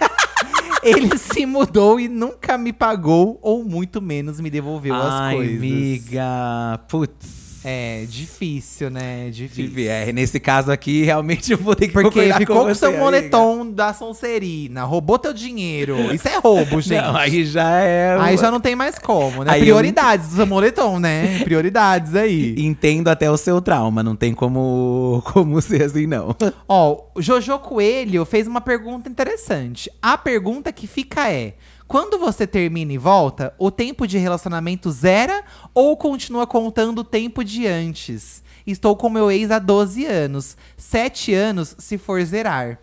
Ele se mudou e nunca me pagou, ou muito menos me devolveu as coisas. Ai, amiga, putz. É, difícil, né? Difícil. Nesse caso aqui, realmente eu vou ter que Porque concordar ficou com com você, seu amiga. moletom da Sonserina, roubou teu dinheiro. Isso é roubo, gente. Não, aí já é… Aí já não tem mais como, né? Aí Prioridades do seu moletom, né? Prioridades aí. Entendo até o seu trauma, não tem como ser assim, não. Ó, o Jojo Coelho fez uma pergunta interessante. A pergunta que fica é… Quando você termina e volta, o tempo de relacionamento zera ou continua contando o tempo de antes? Estou com meu ex há 12 anos. 7 anos se for zerar.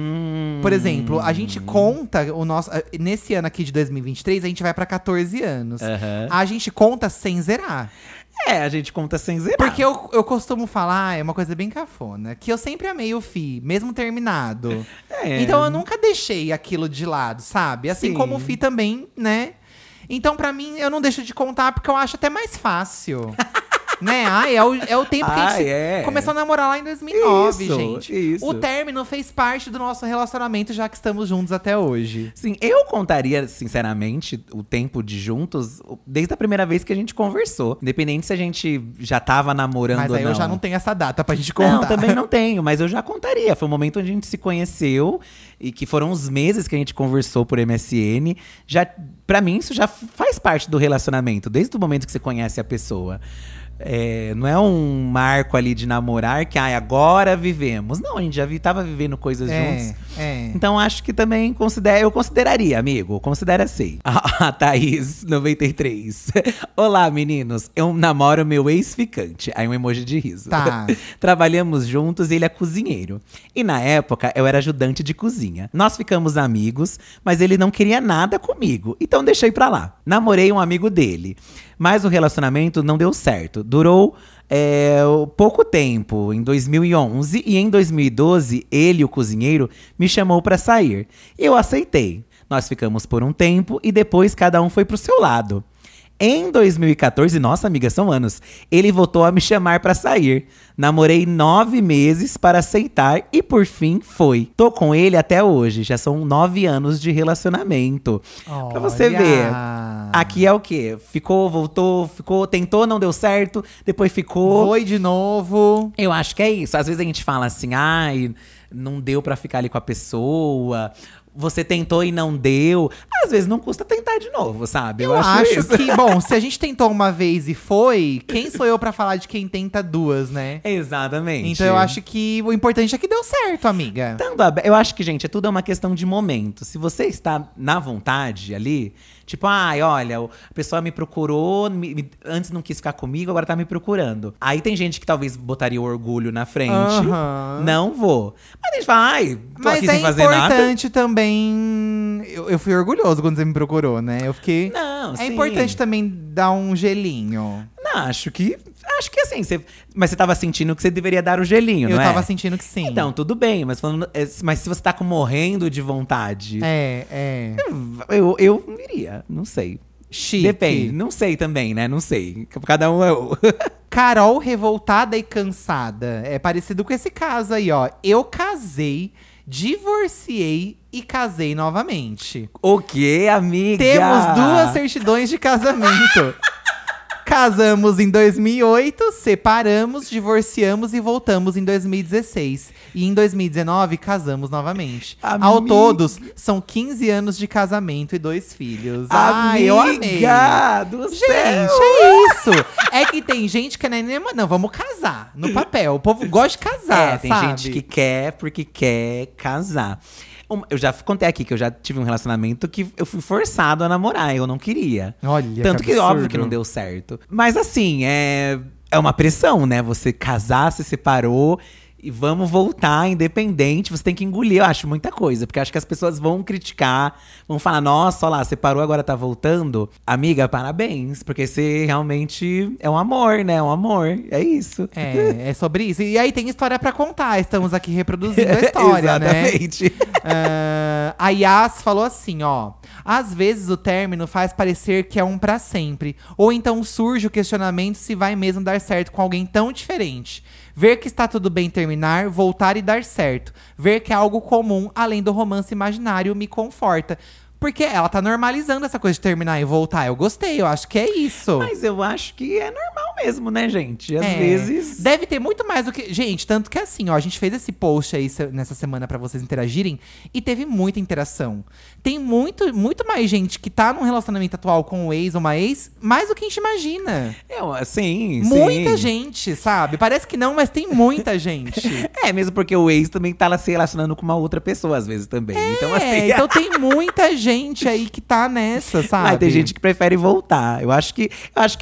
Por exemplo, a gente conta o nosso… Nesse ano aqui de 2023, a gente vai pra 14 anos. A gente conta sem zerar. A gente conta sem zerar. Porque eu costumo falar, é uma coisa bem cafona, que eu sempre amei o Fi, mesmo terminado. Então eu nunca deixei aquilo de lado, sabe? Assim Sim. como o Fi também, né? Então pra mim, eu não deixo de contar porque eu acho até mais fácil. Né? É o tempo que a gente começou a namorar lá em 2009, gente. Isso. O término fez parte do nosso relacionamento, já que estamos juntos até hoje. Sim, eu contaria, sinceramente, o tempo de juntos desde a primeira vez que a gente conversou. Independente se a gente já tava namorando ou não. Mas aí eu já não tenho essa data pra gente contar. Não, também não tenho, mas eu já contaria. Foi o momento onde a gente se conheceu e que foram os meses que a gente conversou por MSN. Pra mim, isso já faz parte do relacionamento, desde o momento que você conhece a pessoa. Não é um marco ali de namorar que agora vivemos. Não, a gente já tava vivendo coisas juntos. Então acho que também eu consideraria, amigo. Considera assim. A Thaís, 93. Olá, meninos. Eu namoro meu ex-ficante. Aí um emoji de riso. Tá. Trabalhamos juntos e ele é cozinheiro. E na época eu era ajudante de cozinha. Nós ficamos amigos, mas ele não queria nada comigo. Então deixei pra lá. Namorei um amigo dele. Mas o relacionamento não deu certo. Durou pouco tempo, em 2011. E em 2012, ele, o cozinheiro, me chamou pra sair. E eu aceitei. Nós ficamos por um tempo e depois cada um foi pro seu lado. Em 2014, nossa amiga, são anos, ele voltou a me chamar pra sair. Namorei 9 meses para aceitar e por fim foi. Tô com ele até hoje, já são 9 anos de relacionamento. Pra você ver. Aqui é o quê? Ficou, voltou, tentou, não deu certo, depois ficou. Foi de novo. Eu acho que é isso. Às vezes a gente fala assim, não deu pra ficar ali com a pessoa. Você tentou e não deu. Às vezes não custa tentar de novo, sabe? Eu acho que, bom, se a gente tentou uma vez e foi, quem sou eu pra falar de quem tenta duas, né? Exatamente. Então eu acho que o importante é que deu certo, amiga. Eu acho que, gente, tudo é uma questão de momento. Se você está na vontade ali, tipo, olha, a pessoa me procurou, antes não quis ficar comigo, agora tá me procurando. Aí tem gente que talvez botaria o orgulho na frente. Não vou. Mas a gente fala, tô aqui sem fazer nada. Mas é importante também… Eu fui orgulhoso quando você me procurou, né? Eu fiquei… Não, sim. É importante também dar um gelinho. Não, acho que assim, mas você tava sentindo que você deveria dar o gelinho, não é? Eu tava sentindo que sim. Então, tudo bem, mas se você tá morrendo de vontade… Eu iria, não sei. Chique. Depende, não sei também, né? Não sei, cada um é o… Carol, revoltada e cansada. É parecido com esse caso aí, ó. Eu casei, divorciei e casei novamente. O quê, amiga? Temos 2 certidões de casamento. Casamos em 2008, separamos, divorciamos e voltamos em 2016. E em 2019, casamos novamente. Ao todos, são 15 anos de casamento e 2 filhos. Eu amei. Do Gente, céu. é isso. É que tem gente que não, vamos casar no papel. O povo gosta de casar, tem sabe? gente que quer porque quer casar. Eu já contei aqui que eu já tive um relacionamento que eu fui forçado a namorar, eu não queria. Olha, Tanto que absurdo. óbvio que não deu certo. Mas assim, é uma pressão, né? Você casar, se separou e vamos voltar independente. Você tem que engolir, eu acho, muita coisa. Porque eu acho que as pessoas vão criticar, vão falar, nossa, olha lá, separou, agora tá voltando. Amiga, parabéns, porque você realmente é um amor, né? É um amor, é isso. É sobre isso. E aí tem história pra contar, estamos aqui reproduzindo a história, né? Exatamente. A Yas falou assim, ó. Às vezes o término faz parecer que é um pra sempre. Ou então surge o questionamento se vai mesmo dar certo com alguém tão diferente. Ver que está tudo bem terminar, voltar e dar certo. Ver que é algo comum, além do romance imaginário, me conforta. Porque ela tá normalizando essa coisa de terminar e voltar. Eu gostei, eu acho que é isso. Mas eu acho que é normal mesmo, né, gente? Às vezes. Deve ter muito mais do que. Gente, tanto que assim, ó, a gente fez esse post aí nessa semana pra vocês interagirem e teve muita interação. Tem muito mais gente que tá num relacionamento atual com um ex ou uma ex, mais do que a gente imagina. Sim. Muita gente, sabe? Parece que não, mas tem muita gente. Mesmo porque o ex também tá se relacionando com uma outra pessoa, às vezes também. Então, assim. Então tem muita gente aí que tá nessa, sabe? Tem gente que prefere voltar. Eu acho que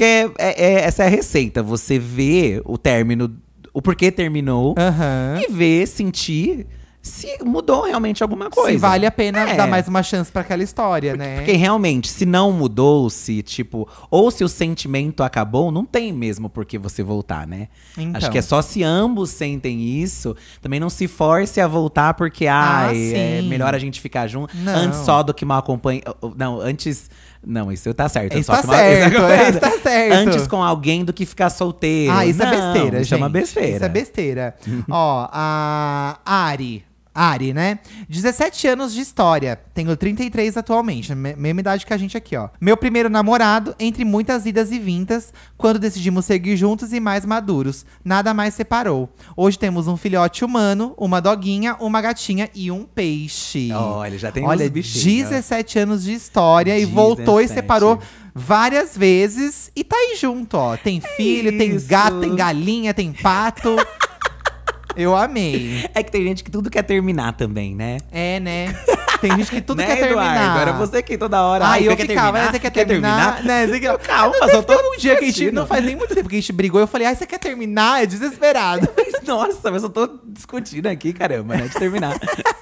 essa é a receita. Você vê o término, o porquê terminou, e ver, sentir se mudou realmente alguma coisa. Se vale a pena dar mais uma chance pra aquela história, né? Porque realmente, se não mudou, se tipo, ou se o sentimento acabou, não tem mesmo por que você voltar, né? Então. Acho que é só se ambos sentem isso. Também não se force a voltar porque, é melhor a gente ficar junto. Não. Antes só do que mal acompanha. Não, antes. Não, isso tá certo. Isso tá certo, isso tá certo. Antes com alguém do que ficar solteiro. Isso é besteira, gente. Isso é uma besteira. Isso é besteira. Ó, a Ari, né? 17 anos de história. Tenho 33 atualmente. Mesma idade que a gente aqui, ó. Meu primeiro namorado, entre muitas idas e vindas, quando decidimos seguir juntos e mais maduros. Nada mais separou. Hoje temos um filhote humano, uma doguinha, uma gatinha e um peixe. Olha, já tem uns bichinhos. 17 anos de história e voltou e separou várias vezes. E tá aí junto, ó. Tem filho, tem gato, tem galinha, tem pato. Eu amei. É que tem gente que tudo quer terminar também, né? É, né? Tem gente que tudo né, quer terminar. Eduardo? Era você que toda hora. Aí eu ficava, você quer terminar? Né? Calma, só tô um dia que a gente não faz nem muito tempo que a gente brigou. Eu falei, você quer terminar? É desesperado. Nossa, mas eu tô discutindo aqui, caramba, né? De terminar.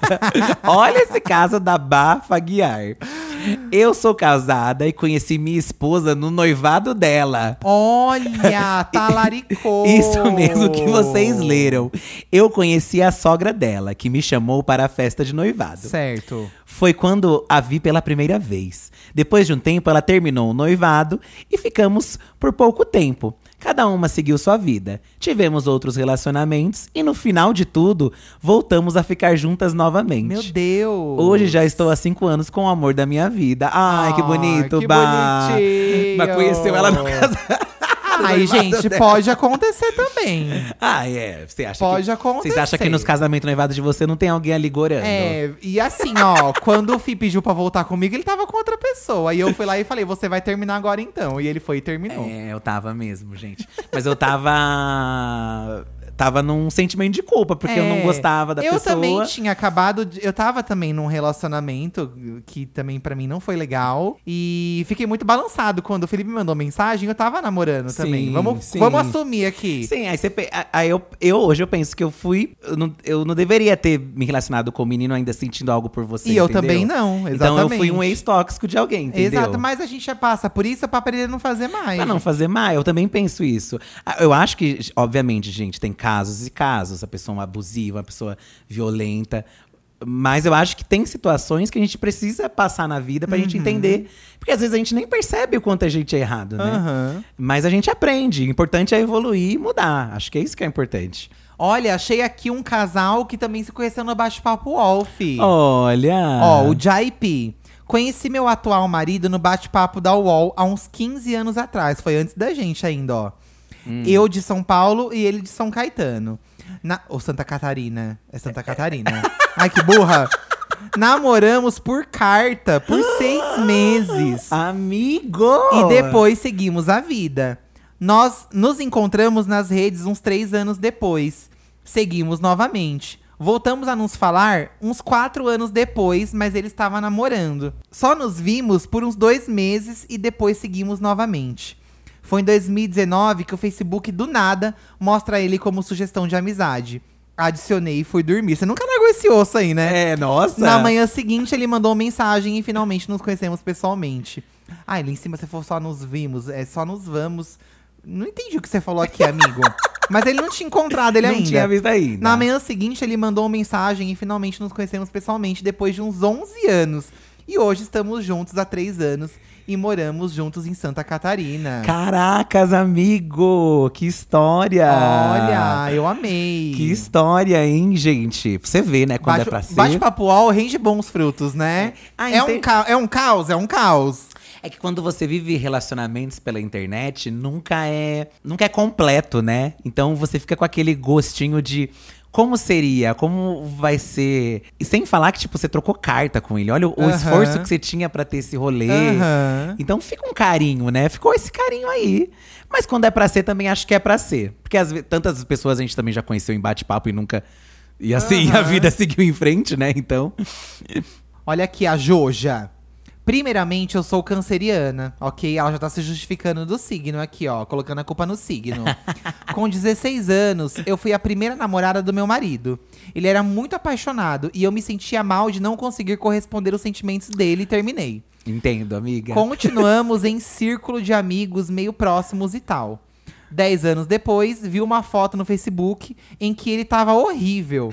Olha esse caso da Bafa Guiar. Eu sou casada e conheci minha esposa no noivado dela. Olha, talaricou. Isso mesmo que vocês leram. Eu conheci a sogra dela, que me chamou para a festa de noivado. Certo. Foi quando a vi pela primeira vez. Depois de um tempo, ela terminou o noivado e ficamos por pouco tempo. Cada uma seguiu sua vida. Tivemos outros relacionamentos e no final de tudo, voltamos a ficar juntas novamente. Meu Deus! Hoje já estou há 5 anos com o amor da minha vida. Ai, que bonito, que bah! bonitinho. Mas conheceu ela no caso. Ai, gente, pode acontecer também. Você acha pode acontecer. Vocês acham que nos casamentos noivados de você não tem alguém ali gorando? E assim, ó, quando o Fih pediu pra voltar comigo, ele tava com outra pessoa. Aí eu fui lá e falei, você vai terminar agora então. E ele foi e terminou. Eu tava mesmo, gente. Mas eu tava num sentimento de culpa, porque eu não gostava da pessoa. Eu também tinha acabado. Eu tava também num relacionamento que também pra mim não foi legal. E fiquei muito balançado quando o Felipe me mandou mensagem. Eu tava namorando também. Vamos assumir aqui. Sim, aí hoje eu penso que eu não deveria ter me relacionado com o menino ainda sentindo algo por você. E eu também não, exatamente. Então eu fui um ex-tóxico de alguém, entendeu? Exato, mas a gente já passa por isso pra aprender a não fazer mais. Pra não fazer mais, eu também penso isso. Eu acho que, obviamente, gente, tem casos e casos. A pessoa é abusiva, a pessoa violenta. Mas eu acho que tem situações que a gente precisa passar na vida pra gente entender. Porque às vezes a gente nem percebe o quanto a gente é errado, né? Mas a gente aprende. O importante é evoluir e mudar. Acho que é isso que é importante. Olha, achei aqui um casal que também se conheceu no Bate-Papo Wolf. Olha! Ó, o Jaipi. Conheci meu atual marido no Bate-Papo da UOL há uns 15 anos atrás. Foi antes da gente ainda, ó. Eu de São Paulo e ele de São Caetano. Ou Santa Catarina. É Santa Catarina. Ai, que burra. Namoramos por carta por 6 meses. Amigo! E depois seguimos a vida. Nós nos encontramos nas redes uns 3 anos depois. Seguimos novamente. Voltamos a nos falar uns 4 anos depois, mas ele estava namorando. Só nos vimos por uns 2 meses e depois seguimos novamente. Foi em 2019 que o Facebook, do nada, mostra ele como sugestão de amizade. Adicionei e fui dormir. Você nunca largou esse osso aí, né? É, nossa. Na manhã seguinte, ele mandou uma mensagem e finalmente nos conhecemos pessoalmente. Ah, ali em cima você falou só nos vimos, só nos vamos. Não entendi o que você falou aqui, amigo. Mas ele não tinha encontrado ele ainda. Não tinha visto ainda. Na manhã seguinte, ele mandou uma mensagem e finalmente nos conhecemos pessoalmente depois de uns 11 anos. E hoje estamos juntos há 3 anos e moramos juntos em Santa Catarina. Caracas, amigo! Que história! Olha, eu amei. Que história, hein, gente? Você vê, né, quando é pra ser. Bate-papo UOL rende bons frutos, né? É um caos, é um caos. É que quando você vive relacionamentos pela internet, nunca é completo, né? Então você fica com aquele gostinho de como seria, como vai ser. E sem falar que, tipo, você trocou carta com ele. Olha o esforço que você tinha pra ter esse rolê. Então fica um carinho, né? Ficou esse carinho aí. Mas quando é pra ser, também acho que é pra ser. Porque tantas pessoas a gente também já conheceu em bate-papo e nunca… E assim, a vida seguiu em frente, né? Então… Olha aqui a Joja. Primeiramente, eu sou canceriana, ok? Ela já tá se justificando do signo aqui, ó. Colocando a culpa no signo. Com 16 anos, eu fui a primeira namorada do meu marido. Ele era muito apaixonado e eu me sentia mal de não conseguir corresponder aos sentimentos dele e terminei. Entendo, amiga. Continuamos em círculo de amigos meio próximos e tal. 10 anos depois, vi uma foto no Facebook em que ele tava horrível.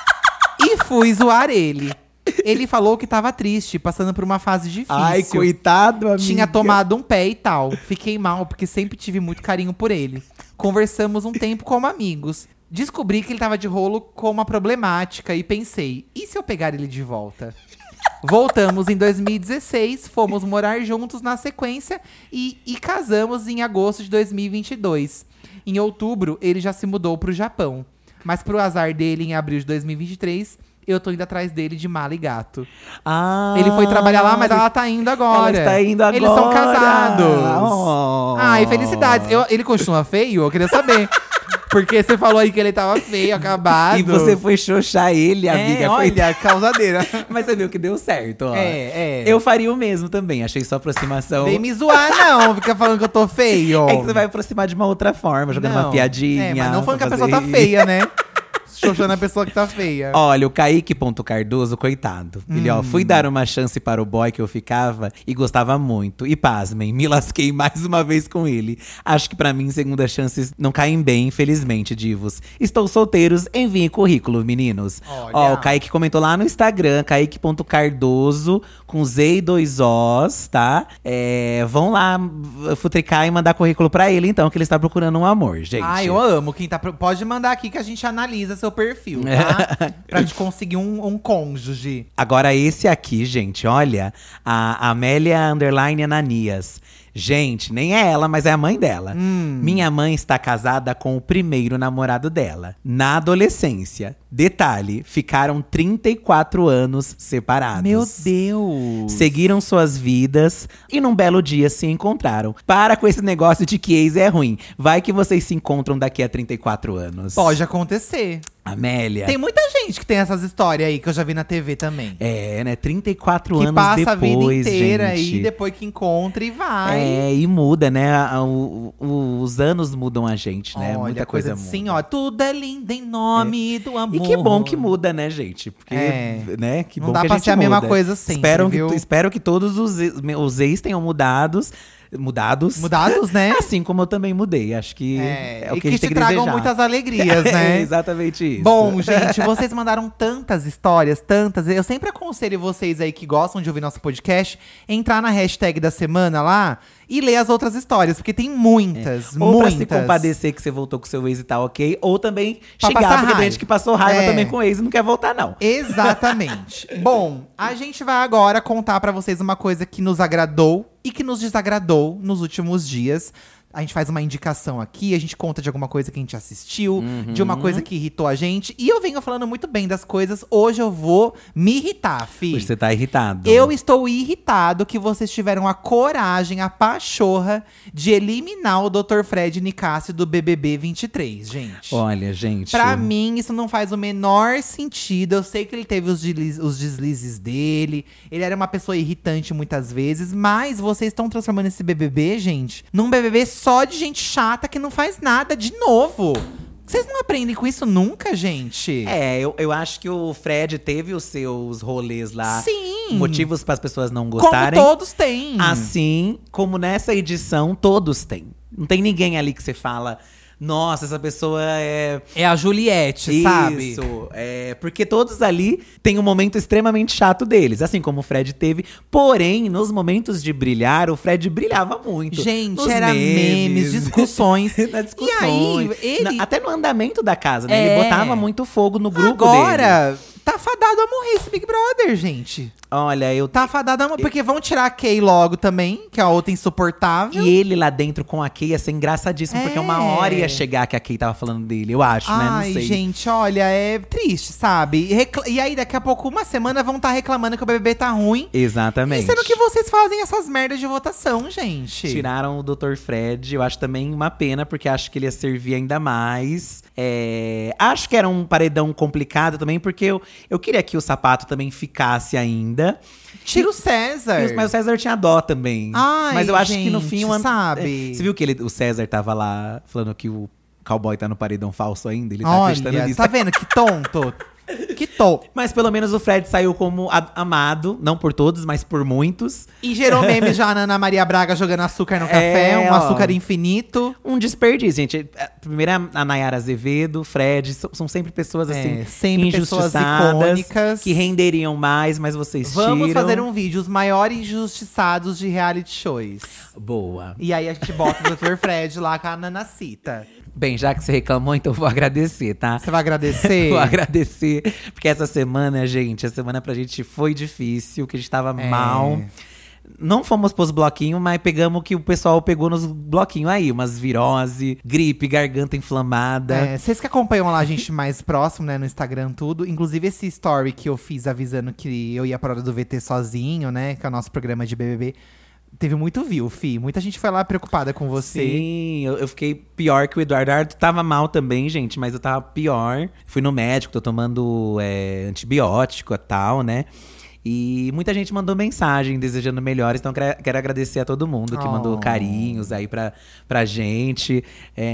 E fui zoar ele. Ele falou que tava triste, passando por uma fase difícil. Ai, coitado, amiga. Tinha tomado um pé e tal. Fiquei mal, porque sempre tive muito carinho por ele. Conversamos um tempo como amigos. Descobri que ele tava de rolo com uma problemática e pensei, e se eu pegar ele de volta? Voltamos em 2016, fomos morar juntos na sequência e casamos em agosto de 2022. Em outubro, ele já se mudou pro Japão. Mas pro azar dele, em abril de 2023… eu tô indo atrás dele de mala e gato. Ah, ele foi trabalhar lá, mas ela tá indo agora. Ela está indo agora. Eles são casados. Oh. Ai, felicidades. Ele continua feio? Eu queria saber. Porque você falou aí que ele tava feio, acabado. E você foi xoxar ele, amiga. Olha, causadeira. Mas você viu que deu certo, ó. É. Eu faria o mesmo também. Achei sua aproximação… Vem me zoar, não. Fica falando que eu tô feio. É que você vai aproximar de uma outra forma, jogando uma piadinha. Mas não falando que a pessoa tá feia, né? Xoxando a pessoa que tá feia. Olha, o Kaique.Cardoso, coitado. Ele, ó, fui dar uma chance para o boy que eu ficava e gostava muito. E pasmem, me lasquei mais uma vez com ele. Acho que pra mim, segundas chances não caem bem, infelizmente, divos. Estou solteiros, enviem currículo, meninos. Olha. Ó, o Kaique comentou lá no Instagram, Kaique.Cardoso, com Z e 2 Os, tá? Vão lá futricar e mandar currículo pra ele, então, que ele está procurando um amor, gente. Ah, eu amo. Quem tá pode mandar aqui que a gente analisa seu perfil, tá? Pra te conseguir um cônjuge. Agora esse aqui, gente, olha. A Amélia_Ananias. Gente, nem é ela, mas é a mãe dela. Minha mãe está casada com o primeiro namorado dela. Na adolescência. Detalhe, ficaram 34 anos separados. Meu Deus! Seguiram suas vidas e num belo dia se encontraram. Para com esse negócio de que ex é ruim. Vai que vocês se encontram daqui a 34 anos. Pode acontecer. Amélia. Tem muita gente que tem essas histórias aí que eu já vi na TV também. É, né? 34 que anos passa depois, a vida inteira gente. aí, depois que encontra e vai. E muda, né? Os anos mudam a gente, né? Olha, Muita coisa muda. assim, ó. Tudo é lindo em nome do amor. E que bom que muda, né, gente? Porque, né? Que não bom dá que a pra gente ser a mesma muda. coisa sempre, Espero que todos os ex tenham mudados, né? assim como eu também mudei. Acho que é o que a gente tem que tragam desejar. muitas alegrias, né? É exatamente isso. Bom, gente, vocês mandaram tantas histórias, tantas. Eu sempre aconselho vocês aí que gostam de ouvir nosso podcast, entrar na hashtag da semana lá e ler as outras histórias, porque tem muitas, Ou muitas. pra se compadecer que você voltou com seu ex e tal, ok? Ou também Pra xingar, passar porque tem raiva. gente que passou raiva também com o ex e não quer voltar, não. Exatamente. Bom, a gente vai agora contar pra vocês uma coisa que nos agradou e que nos desagradou nos últimos dias. A gente faz uma indicação aqui, a gente conta de alguma coisa que a gente assistiu, de uma coisa que irritou a gente. E eu venho falando muito bem das coisas. Hoje eu vou me irritar, fi. Você tá irritado. Eu estou irritado que vocês tiveram a coragem, a pachorra de eliminar o Dr. Fred Nicásio do BBB 23, gente. Olha, gente. Pra mim, isso não faz o menor sentido. Eu sei que ele teve os deslizes dele. Ele era uma pessoa irritante muitas vezes. Mas vocês estão transformando esse BBB, gente, num BBB só de gente chata que não faz nada de novo. Vocês não aprendem com isso nunca, gente? Eu acho que o Fred teve os seus rolês lá. Sim. Motivos para as pessoas não gostarem. Como todos têm. Assim como nessa edição, todos têm. Não tem ninguém ali que você fala… Nossa, essa pessoa é… É a Juliette, sabe? Isso, porque todos ali têm um momento extremamente chato deles. Assim como o Fred teve. Porém, nos momentos de brilhar, o Fred brilhava muito. Gente, nos era memes, discussões. nas discussões. E aí, ele… Até no andamento da casa, né? Ele botava muito fogo no grupo Agora, dele. tá fadado a morrer esse Big Brother, gente. Olha, eu… Tá fadado a morrer. Porque vão tirar a Kay logo também, que é a outra insuportável. E ele lá dentro com a Kay ia ser engraçadíssimo. Porque uma hora ia chegar que a Kay tava falando dele, eu acho, né? Não sei. Ai, gente, olha, é triste, sabe? E aí, daqui a pouco, uma semana, vão estar reclamando que o BBB tá ruim. Exatamente. E sendo que vocês fazem essas merdas de votação, gente. Tiraram o Dr. Fred, eu acho também uma pena, porque acho que ele ia servir ainda mais. Acho que era um paredão complicado também, porque eu queria que o Sapato também ficasse ainda. Tira o César. Mas o César tinha dó também. Ai, mas eu acho gente, que no fim… sabe? Você viu que o César tava lá falando que o cowboy tá no paredão falso ainda? Ele tá Olha, acreditando nisso. tá vendo? Que tonto. Que tonto. Mas pelo menos o Fred saiu como amado. Não por todos, mas por muitos. E gerou memes já na Ana Maria Braga jogando açúcar no café. Um açúcar infinito. Um desperdício, gente. Primeiro a Nayara Azevedo, Fred. São sempre pessoas assim, sempre pessoas injustiçadas, icônicas. que renderiam mais, mas vocês Vamos tiram. fazer um vídeo, os maiores injustiçados de reality shows. Boa. E aí a gente bota o Dr. Fred lá com a Nanacita. Bem, já que você reclamou, então eu vou agradecer, tá? Você vai agradecer? Vou agradecer, porque essa semana, gente, a semana pra gente foi difícil, que a gente tava mal. Não fomos pros bloquinhos, mas pegamos o que o pessoal pegou nos bloquinhos aí. Umas virose, gripe, garganta inflamada. Vocês que acompanham lá a gente mais próximo, né, no Instagram, tudo. Inclusive esse story que eu fiz avisando que eu ia pra hora do VT sozinho, né, que é o nosso programa de BBB. Teve muito view, fi. Muita gente foi lá preocupada com você. Sim, eu fiquei pior que o Eduardo. O Eduardo tava mal também, gente, mas eu tava pior. Fui no médico, tô tomando antibiótico e tal, né? E muita gente mandou mensagem desejando melhores. Então quero agradecer a todo mundo que mandou carinhos aí pra gente.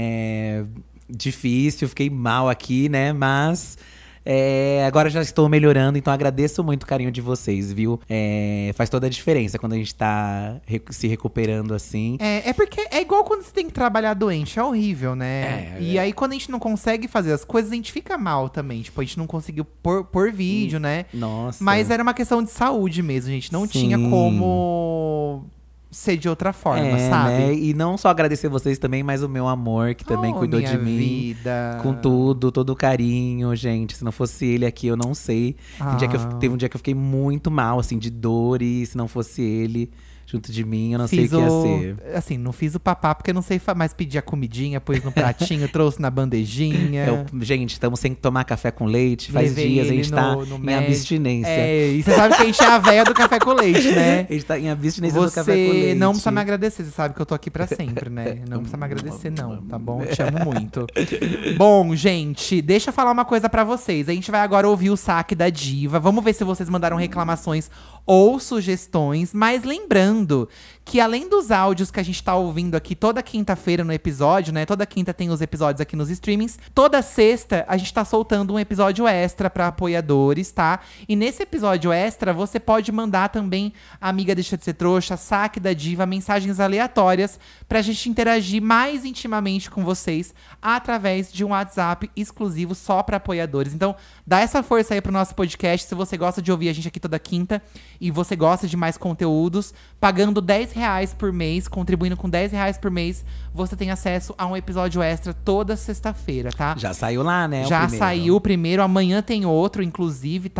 Difícil, fiquei mal aqui, né? Mas… agora já estou melhorando, então agradeço muito o carinho de vocês, viu? Faz toda a diferença quando a gente tá se recuperando assim. Porque é igual quando você tem que trabalhar doente, é horrível, né? E aí quando a gente não consegue fazer as coisas, a gente fica mal também. Tipo, a gente não conseguiu pôr vídeo, né? Nossa. Mas era uma questão de saúde mesmo, a gente não tinha como… ser de outra forma, sabe? Né? E não só agradecer vocês também, mas o meu amor, que também cuidou de mim. Vida. Com tudo, todo o carinho, gente. Se não fosse ele aqui, eu não sei. Teve um dia que eu fiquei muito mal, assim, de dor. E se não fosse ele junto de mim, eu não sei o que ia ser. Assim, não fiz o papá porque eu não sei mais pedir a comidinha, pôs no pratinho, trouxe na bandejinha. Gente, estamos sem tomar café com leite. Faz Levei dias, a gente tá no em médico. abstinência. E você sabe que a gente é a véia do café com leite, né? A gente tá em abstinência do café com leite. Você não precisa me agradecer, você sabe que eu tô aqui pra sempre, né? Não precisa me agradecer não, tá bom? Eu te amo muito. Bom, gente, deixa eu falar uma coisa pra vocês. A gente vai agora ouvir o saque da diva. Vamos ver se vocês mandaram reclamações ou sugestões. Mas lembrando que além dos áudios que a gente tá ouvindo aqui toda quinta-feira no episódio, né? Toda quinta tem os episódios aqui nos streamings. Toda sexta a gente tá soltando um episódio extra pra apoiadores, tá? E nesse episódio extra você pode mandar também Amiga Deixa de Ser Trouxa, Saque da Diva, mensagens aleatórias pra gente interagir mais intimamente com vocês através de um WhatsApp exclusivo só pra apoiadores. Então, dá essa força aí pro nosso podcast. Se você gosta de ouvir a gente aqui toda quinta e você gosta de mais conteúdos, pagando R$10 por mês, contribuindo com R$10 por mês, você tem acesso a um episódio extra toda sexta-feira, tá? Já saiu lá, né? Já saiu o primeiro, amanhã tem outro, inclusive, tá?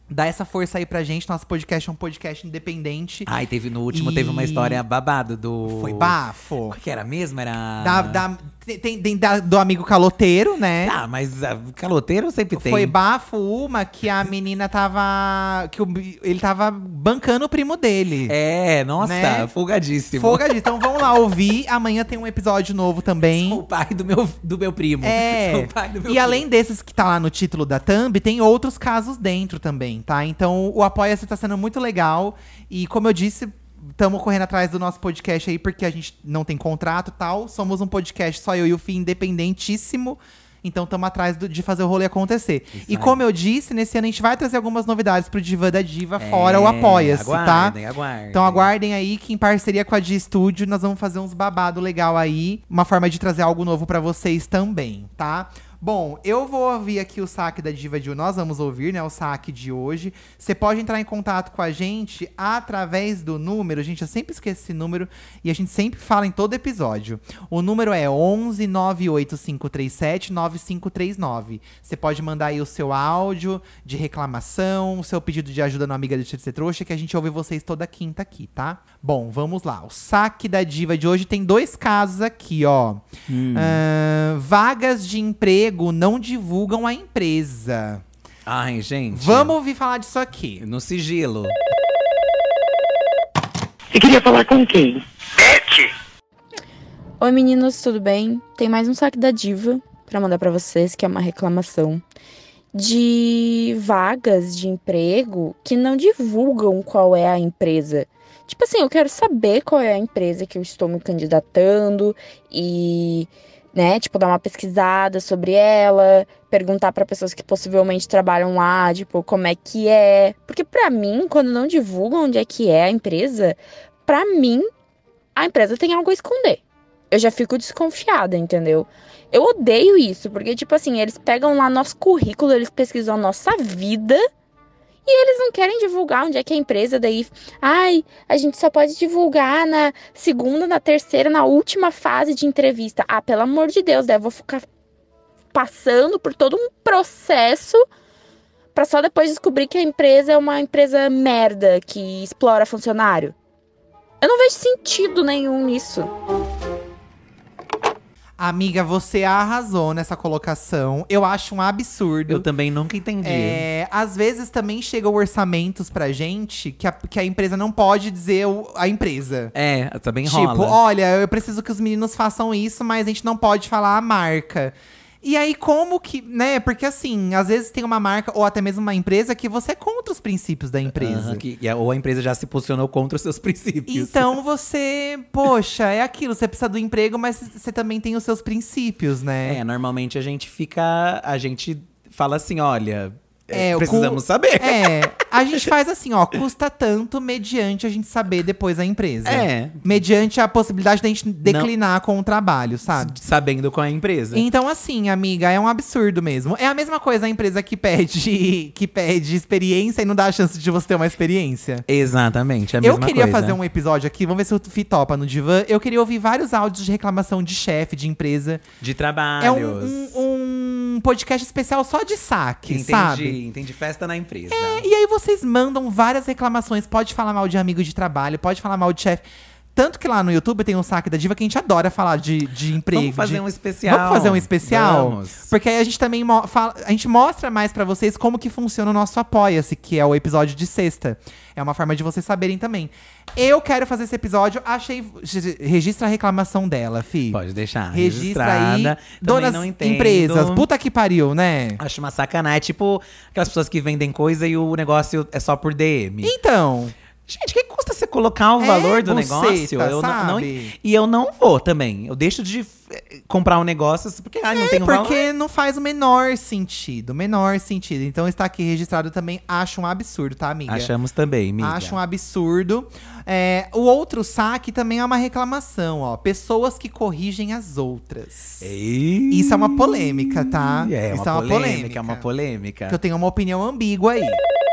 Dá essa força aí pra gente. Nosso podcast é um podcast independente. Ai, no último teve uma história babado do… Foi bafo. Qual que era mesmo? Era… Do amigo caloteiro, né? Ah, mas caloteiro sempre tem. Foi bafo uma que a menina tava… ele tava bancando o primo dele. É, nossa, né? folgadíssimo. Folgadíssimo. Então vamos lá ouvir. Amanhã tem um episódio novo também. Sou o pai do meu primo. Sou o pai do meu primo. Além desses que tá lá no título da thumb, tem outros casos dentro também, tá? Então o Apoia-se tá sendo muito legal. E como eu disse, estamos correndo atrás do nosso podcast aí, porque a gente não tem contrato e tal. Somos um podcast só eu e o Fih, independentíssimo. Então estamos atrás de fazer o rolê acontecer. Isso e aí. Como eu disse, nesse ano a gente vai trazer algumas novidades pro Diva da Diva, fora o Apoia-se, tá? Aguardem. Então aguardem aí que em parceria com a Di Studio nós vamos fazer uns babado legal aí. Uma forma de trazer algo novo pra vocês também, tá? Bom, eu vou ouvir aqui o saque da Diva de hoje. Nós vamos ouvir, né, o saque de hoje. Você pode entrar em contato com a gente através do número. Gente, eu sempre esqueço esse número e a gente sempre fala em todo episódio. O número é 11 98537 9539. Você pode mandar aí o seu áudio de reclamação, o seu pedido de ajuda no Amiga Deixa de Ser Trouxa, que a gente ouve vocês toda quinta aqui, tá? Bom, vamos lá. O saque da Diva de hoje tem 2 casos aqui, ó. Vagas de emprego não divulgam a empresa. Ai, gente. Vamos ouvir falar disso aqui. No sigilo. Você queria falar com quem? Oi meninos, tudo bem? Tem mais um saque da Diva pra mandar pra vocês, que é uma reclamação de vagas de emprego que não divulgam qual é a empresa. Tipo assim, eu quero saber qual é a empresa que eu estou me candidatando e, né, tipo, dar uma pesquisada sobre ela, perguntar pra pessoas que possivelmente trabalham lá, tipo, como é que é. Porque pra mim, quando não divulgam onde é que é a empresa, pra mim, a empresa tem algo a esconder. Eu já fico desconfiada, entendeu? Eu odeio isso, porque, tipo assim, eles pegam lá nosso currículo, eles pesquisam a nossa vida e eles não querem divulgar onde é que é a empresa. Daí, ai, a gente só pode divulgar na segunda, na terceira, na última fase de entrevista. Ah, pelo amor de Deus, daí eu vou ficar passando por todo um processo pra só depois descobrir que a empresa é uma empresa merda que explora funcionário. Eu não vejo sentido nenhum nisso. Amiga, você arrasou nessa colocação. Eu acho um absurdo. Eu também nunca entendi. Às vezes também chegam orçamentos pra gente que a empresa não pode dizer a empresa. Também Tipo, rola. olha, eu preciso que os meninos façam isso, mas a gente não pode falar a marca. E aí, como que, né? Porque assim, às vezes tem uma marca ou até mesmo uma empresa que você é contra os princípios da empresa. Ou a empresa já se posicionou contra os seus princípios. Então você, poxa, é aquilo. Você precisa do emprego, mas você também tem os seus princípios, né? Normalmente a gente fala assim, olha… precisamos saber. A gente faz assim, ó, custa tanto mediante a gente saber depois a empresa. Mediante a possibilidade de a gente declinar com o trabalho, sabe? Sabendo qual é a empresa. Então, assim, amiga, é um absurdo mesmo. É a mesma coisa a empresa que pede experiência e não dá a chance de você ter uma experiência. Exatamente, a mesma coisa. Eu queria fazer um episódio aqui, vamos ver se o Fih topa no Divã. Eu queria ouvir vários áudios de reclamação de chefe, de empresa. De trabalhos. É um podcast especial só de saque, sabe? Entendi, festa na empresa. E aí vocês mandam várias reclamações. Pode falar mal de amigo de trabalho, pode falar mal de chefe. Tanto que lá no YouTube tem um saque da Diva que a gente adora falar de emprego. Vamos fazer um especial. Vamos fazer um especial? Vamos. Porque aí a gente também a gente mostra mais pra vocês como que funciona o nosso Apoia-se, que é o episódio de sexta. É uma forma de vocês saberem também. Eu quero fazer esse episódio, registra a reclamação dela, Fih. Pode deixar. Registra aí. Também Donas não entendo. empresas, puta que pariu, né? Acho uma sacanagem. Tipo aquelas pessoas que vendem coisa e o negócio é só por DM. Então… Gente, o que custa você colocar o valor do negócio? E eu não vou também. Eu deixo de comprar um negócio porque não tem valor. Porque não faz o menor sentido. Então está aqui registrado também. Acho um absurdo, tá, amiga? Achamos também, amiga. Acho um absurdo. O outro saque também é uma reclamação, ó. Pessoas que corrigem as outras. Isso é uma polêmica, tá? Isso é uma polêmica. Que eu tenho uma opinião ambígua aí.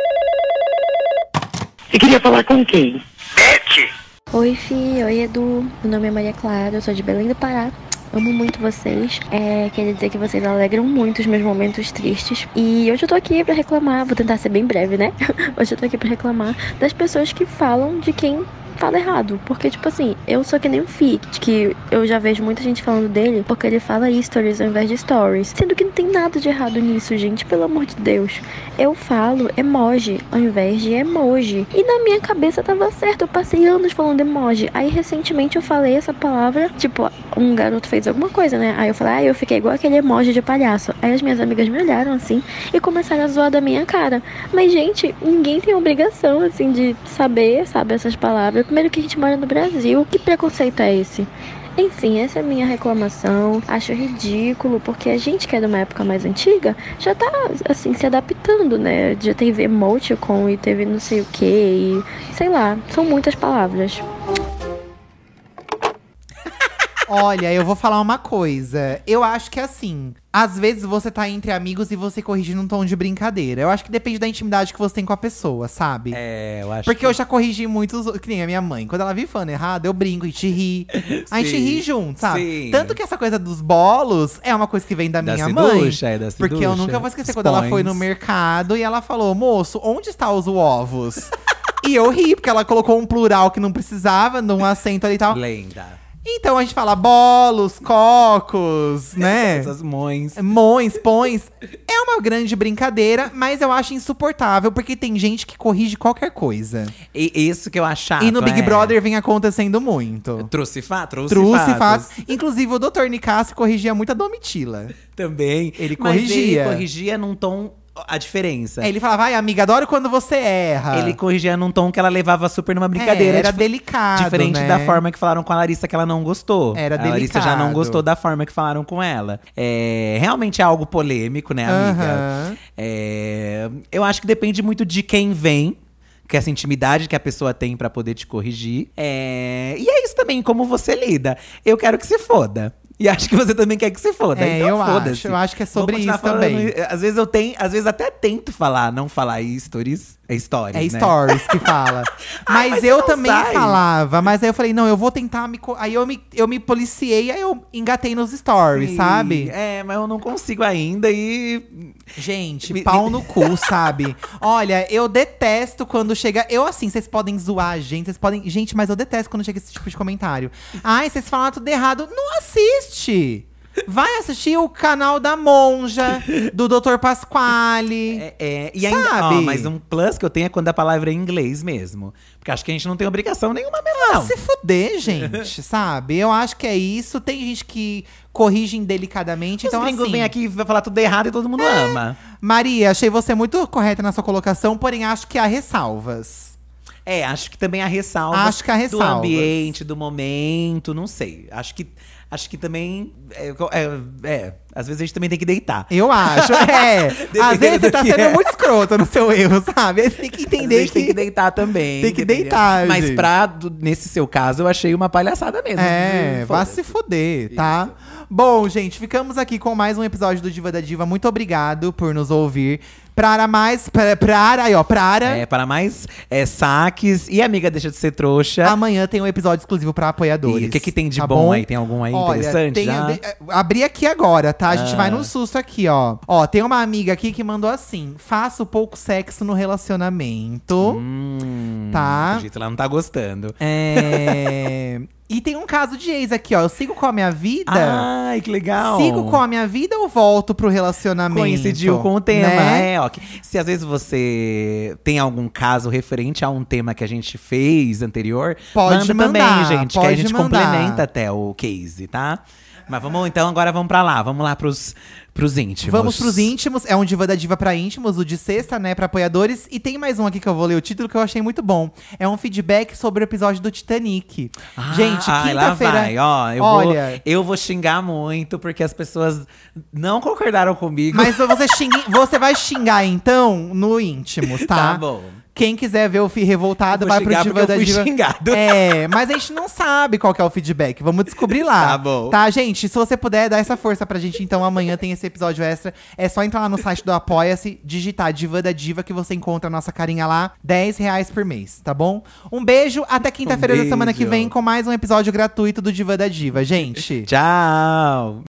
Você queria falar com quem? Oi, Fih. Oi, Edu. Meu nome é Maria Clara, eu sou de Belém do Pará. amo muito vocês. Queria dizer que vocês alegram muito os meus momentos tristes. E hoje eu tô aqui pra reclamar, vou tentar ser bem breve, né? Hoje eu tô aqui pra reclamar das pessoas que falam de quem fala errado, porque tipo assim, eu sou que nem o Fi, que eu já vejo muita gente falando dele porque ele fala stories ao invés de stories, sendo que não tem nada de errado nisso, gente, pelo amor de Deus. Eu falo emoji ao invés de emoji, e na minha cabeça tava certo, eu passei anos falando emoji. Aí recentemente eu falei essa palavra, tipo, um garoto fez alguma coisa, né, aí eu falei, eu fiquei igual aquele emoji de palhaço. Aí as minhas amigas me olharam assim e começaram a zoar da minha cara. Mas gente, ninguém tem obrigação assim de saber, sabe, essas palavras. Primeiro que a gente mora no Brasil. Que preconceito é esse? Enfim, essa é a minha reclamação. Acho ridículo, porque a gente que é de uma época mais antiga já tá, assim, se adaptando, né? Já teve emoticon e teve não sei o que e sei lá, são muitas palavras. Olha, eu vou falar uma coisa. Eu acho que assim, às vezes você tá entre amigos e você corrige num tom de brincadeira. Eu acho que depende da intimidade que você tem com a pessoa, sabe? Eu acho Porque eu já corrigi muitos, que nem a minha mãe. Quando ela vive falando errado, eu brinco, a gente ri. A gente ri junto, sabe? Sim. Tanto que essa coisa dos bolos é uma coisa que vem da minha mãe. Porque eu nunca vou esquecer quando ela foi no mercado e ela falou, moço, onde está os ovos? E eu ri, porque ela colocou um plural que não precisava, num acento ali e tal. Lenda. Então a gente fala bolos, cocos, né? Essas mães. Mões, pões. É uma grande brincadeira, mas eu acho insuportável, porque tem gente que corrige qualquer coisa. E isso que eu acho chato, E no Big Brother vem acontecendo muito. Trouxe fatos. Inclusive, o Dr. Nicásio corrigia muito a Domitila. Também. Ele Mas corrigia. ele corrigia num tom… A diferença. Ele falava, ai, amiga, adoro quando você erra. Ele corrigia num tom que ela levava super numa brincadeira. Era delicado, diferente né? da forma que falaram com a Larissa, que ela não gostou. Era a Larissa já não gostou da forma que falaram com ela. Realmente é algo polêmico, né, amiga? Eu acho que depende muito de quem vem. Que essa intimidade que a pessoa tem pra poder te corrigir. E é isso também, como você lida. Eu quero que se foda. E acho que você também quer que se foda. Então foda-se. Eu acho que é sobre isso também. Às vezes até tento falar, não falar stories. É stories, É né? stories que fala. Mas eu também falava. Mas aí eu falei, não, eu vou tentar me… Aí eu me policiei, aí eu engatei nos stories, Sim, sabe? mas eu não consigo ainda e… Gente, pau no cu, sabe? Olha, eu detesto quando chega… Eu, assim, vocês podem zoar a gente, vocês podem… Gente, mas eu detesto quando chega esse tipo de comentário. Ai, vocês falaram tudo errado. Não assiste! Vai assistir o canal da Monja, do Dr. Pasquale. E ainda, sabe? Mas um plus que eu tenho é quando a palavra é em inglês mesmo. Porque acho que a gente não tem obrigação nenhuma mesmo, não. Se fuder, gente, sabe? Eu acho que é isso. Tem gente que corrige indelicadamente. Os Então, gringos assim, vêm aqui e vai falar tudo errado e todo mundo ama. Maria, achei você muito correta na sua colocação, porém acho que há ressalvas. Acho que também há ressalvas. Acho que há ressalvas. Do ambiente, do momento, não sei. Acho que também… às vezes a gente também tem que deitar. Eu acho, Às vezes você tá sendo muito escrota no seu erro, sabe? Você tem que entender a gente tem que deitar também. Tem que deitar, Mas gente. nesse seu caso, eu achei uma palhaçada mesmo. Vá se fuder, tá? Bom, gente, ficamos aqui com mais um episódio do Diva da Diva. Muito obrigado por nos ouvir. Para mais saques e amiga deixa de ser trouxa. Amanhã tem um episódio exclusivo para apoiadores. E o que tem de tá bom aí? Tem algum aí interessante? Abri aqui agora, tá? A gente vai num susto aqui, ó. Ó, tem uma amiga aqui que mandou assim: faço pouco sexo no relacionamento. Tá? Do jeito ela não tá gostando. E tem um caso de ex aqui, ó. Eu sigo com a minha vida. Ai, que legal. Sigo com a minha vida ou volto pro relacionamento? Coincidiu com o tema, né? Se às vezes você tem algum caso referente a um tema que a gente fez anterior, pode manda mandar, também, gente, que pode a gente mandar. complementa até o case, tá? Mas agora vamos pra lá. Vamos lá pros íntimos. Vamos pros íntimos. É um Diva da Diva pra íntimos, o de sexta, né, pra apoiadores. E tem mais um aqui que eu vou ler o título que eu achei muito bom. É um feedback sobre o episódio do Titanic. Gente, quinta-feira… Eu vou xingar muito, porque as pessoas não concordaram comigo. Mas você vai xingar, então, no íntimos, tá? Tá bom. Quem quiser ver o Fi revoltado, vai pro Diva da Diva. Xingado. Mas a gente não sabe qual que é o feedback. Vamos descobrir lá. Tá bom. Tá, gente? Se você puder, dá essa força pra gente. Então, amanhã tem esse episódio extra. É só entrar lá no site do Apoia-se, digitar Diva da Diva, que você encontra a nossa carinha lá. R$10 por mês, tá bom? Um beijo, até quinta-feira da semana que vem com mais um episódio gratuito do Diva da Diva, gente. Tchau.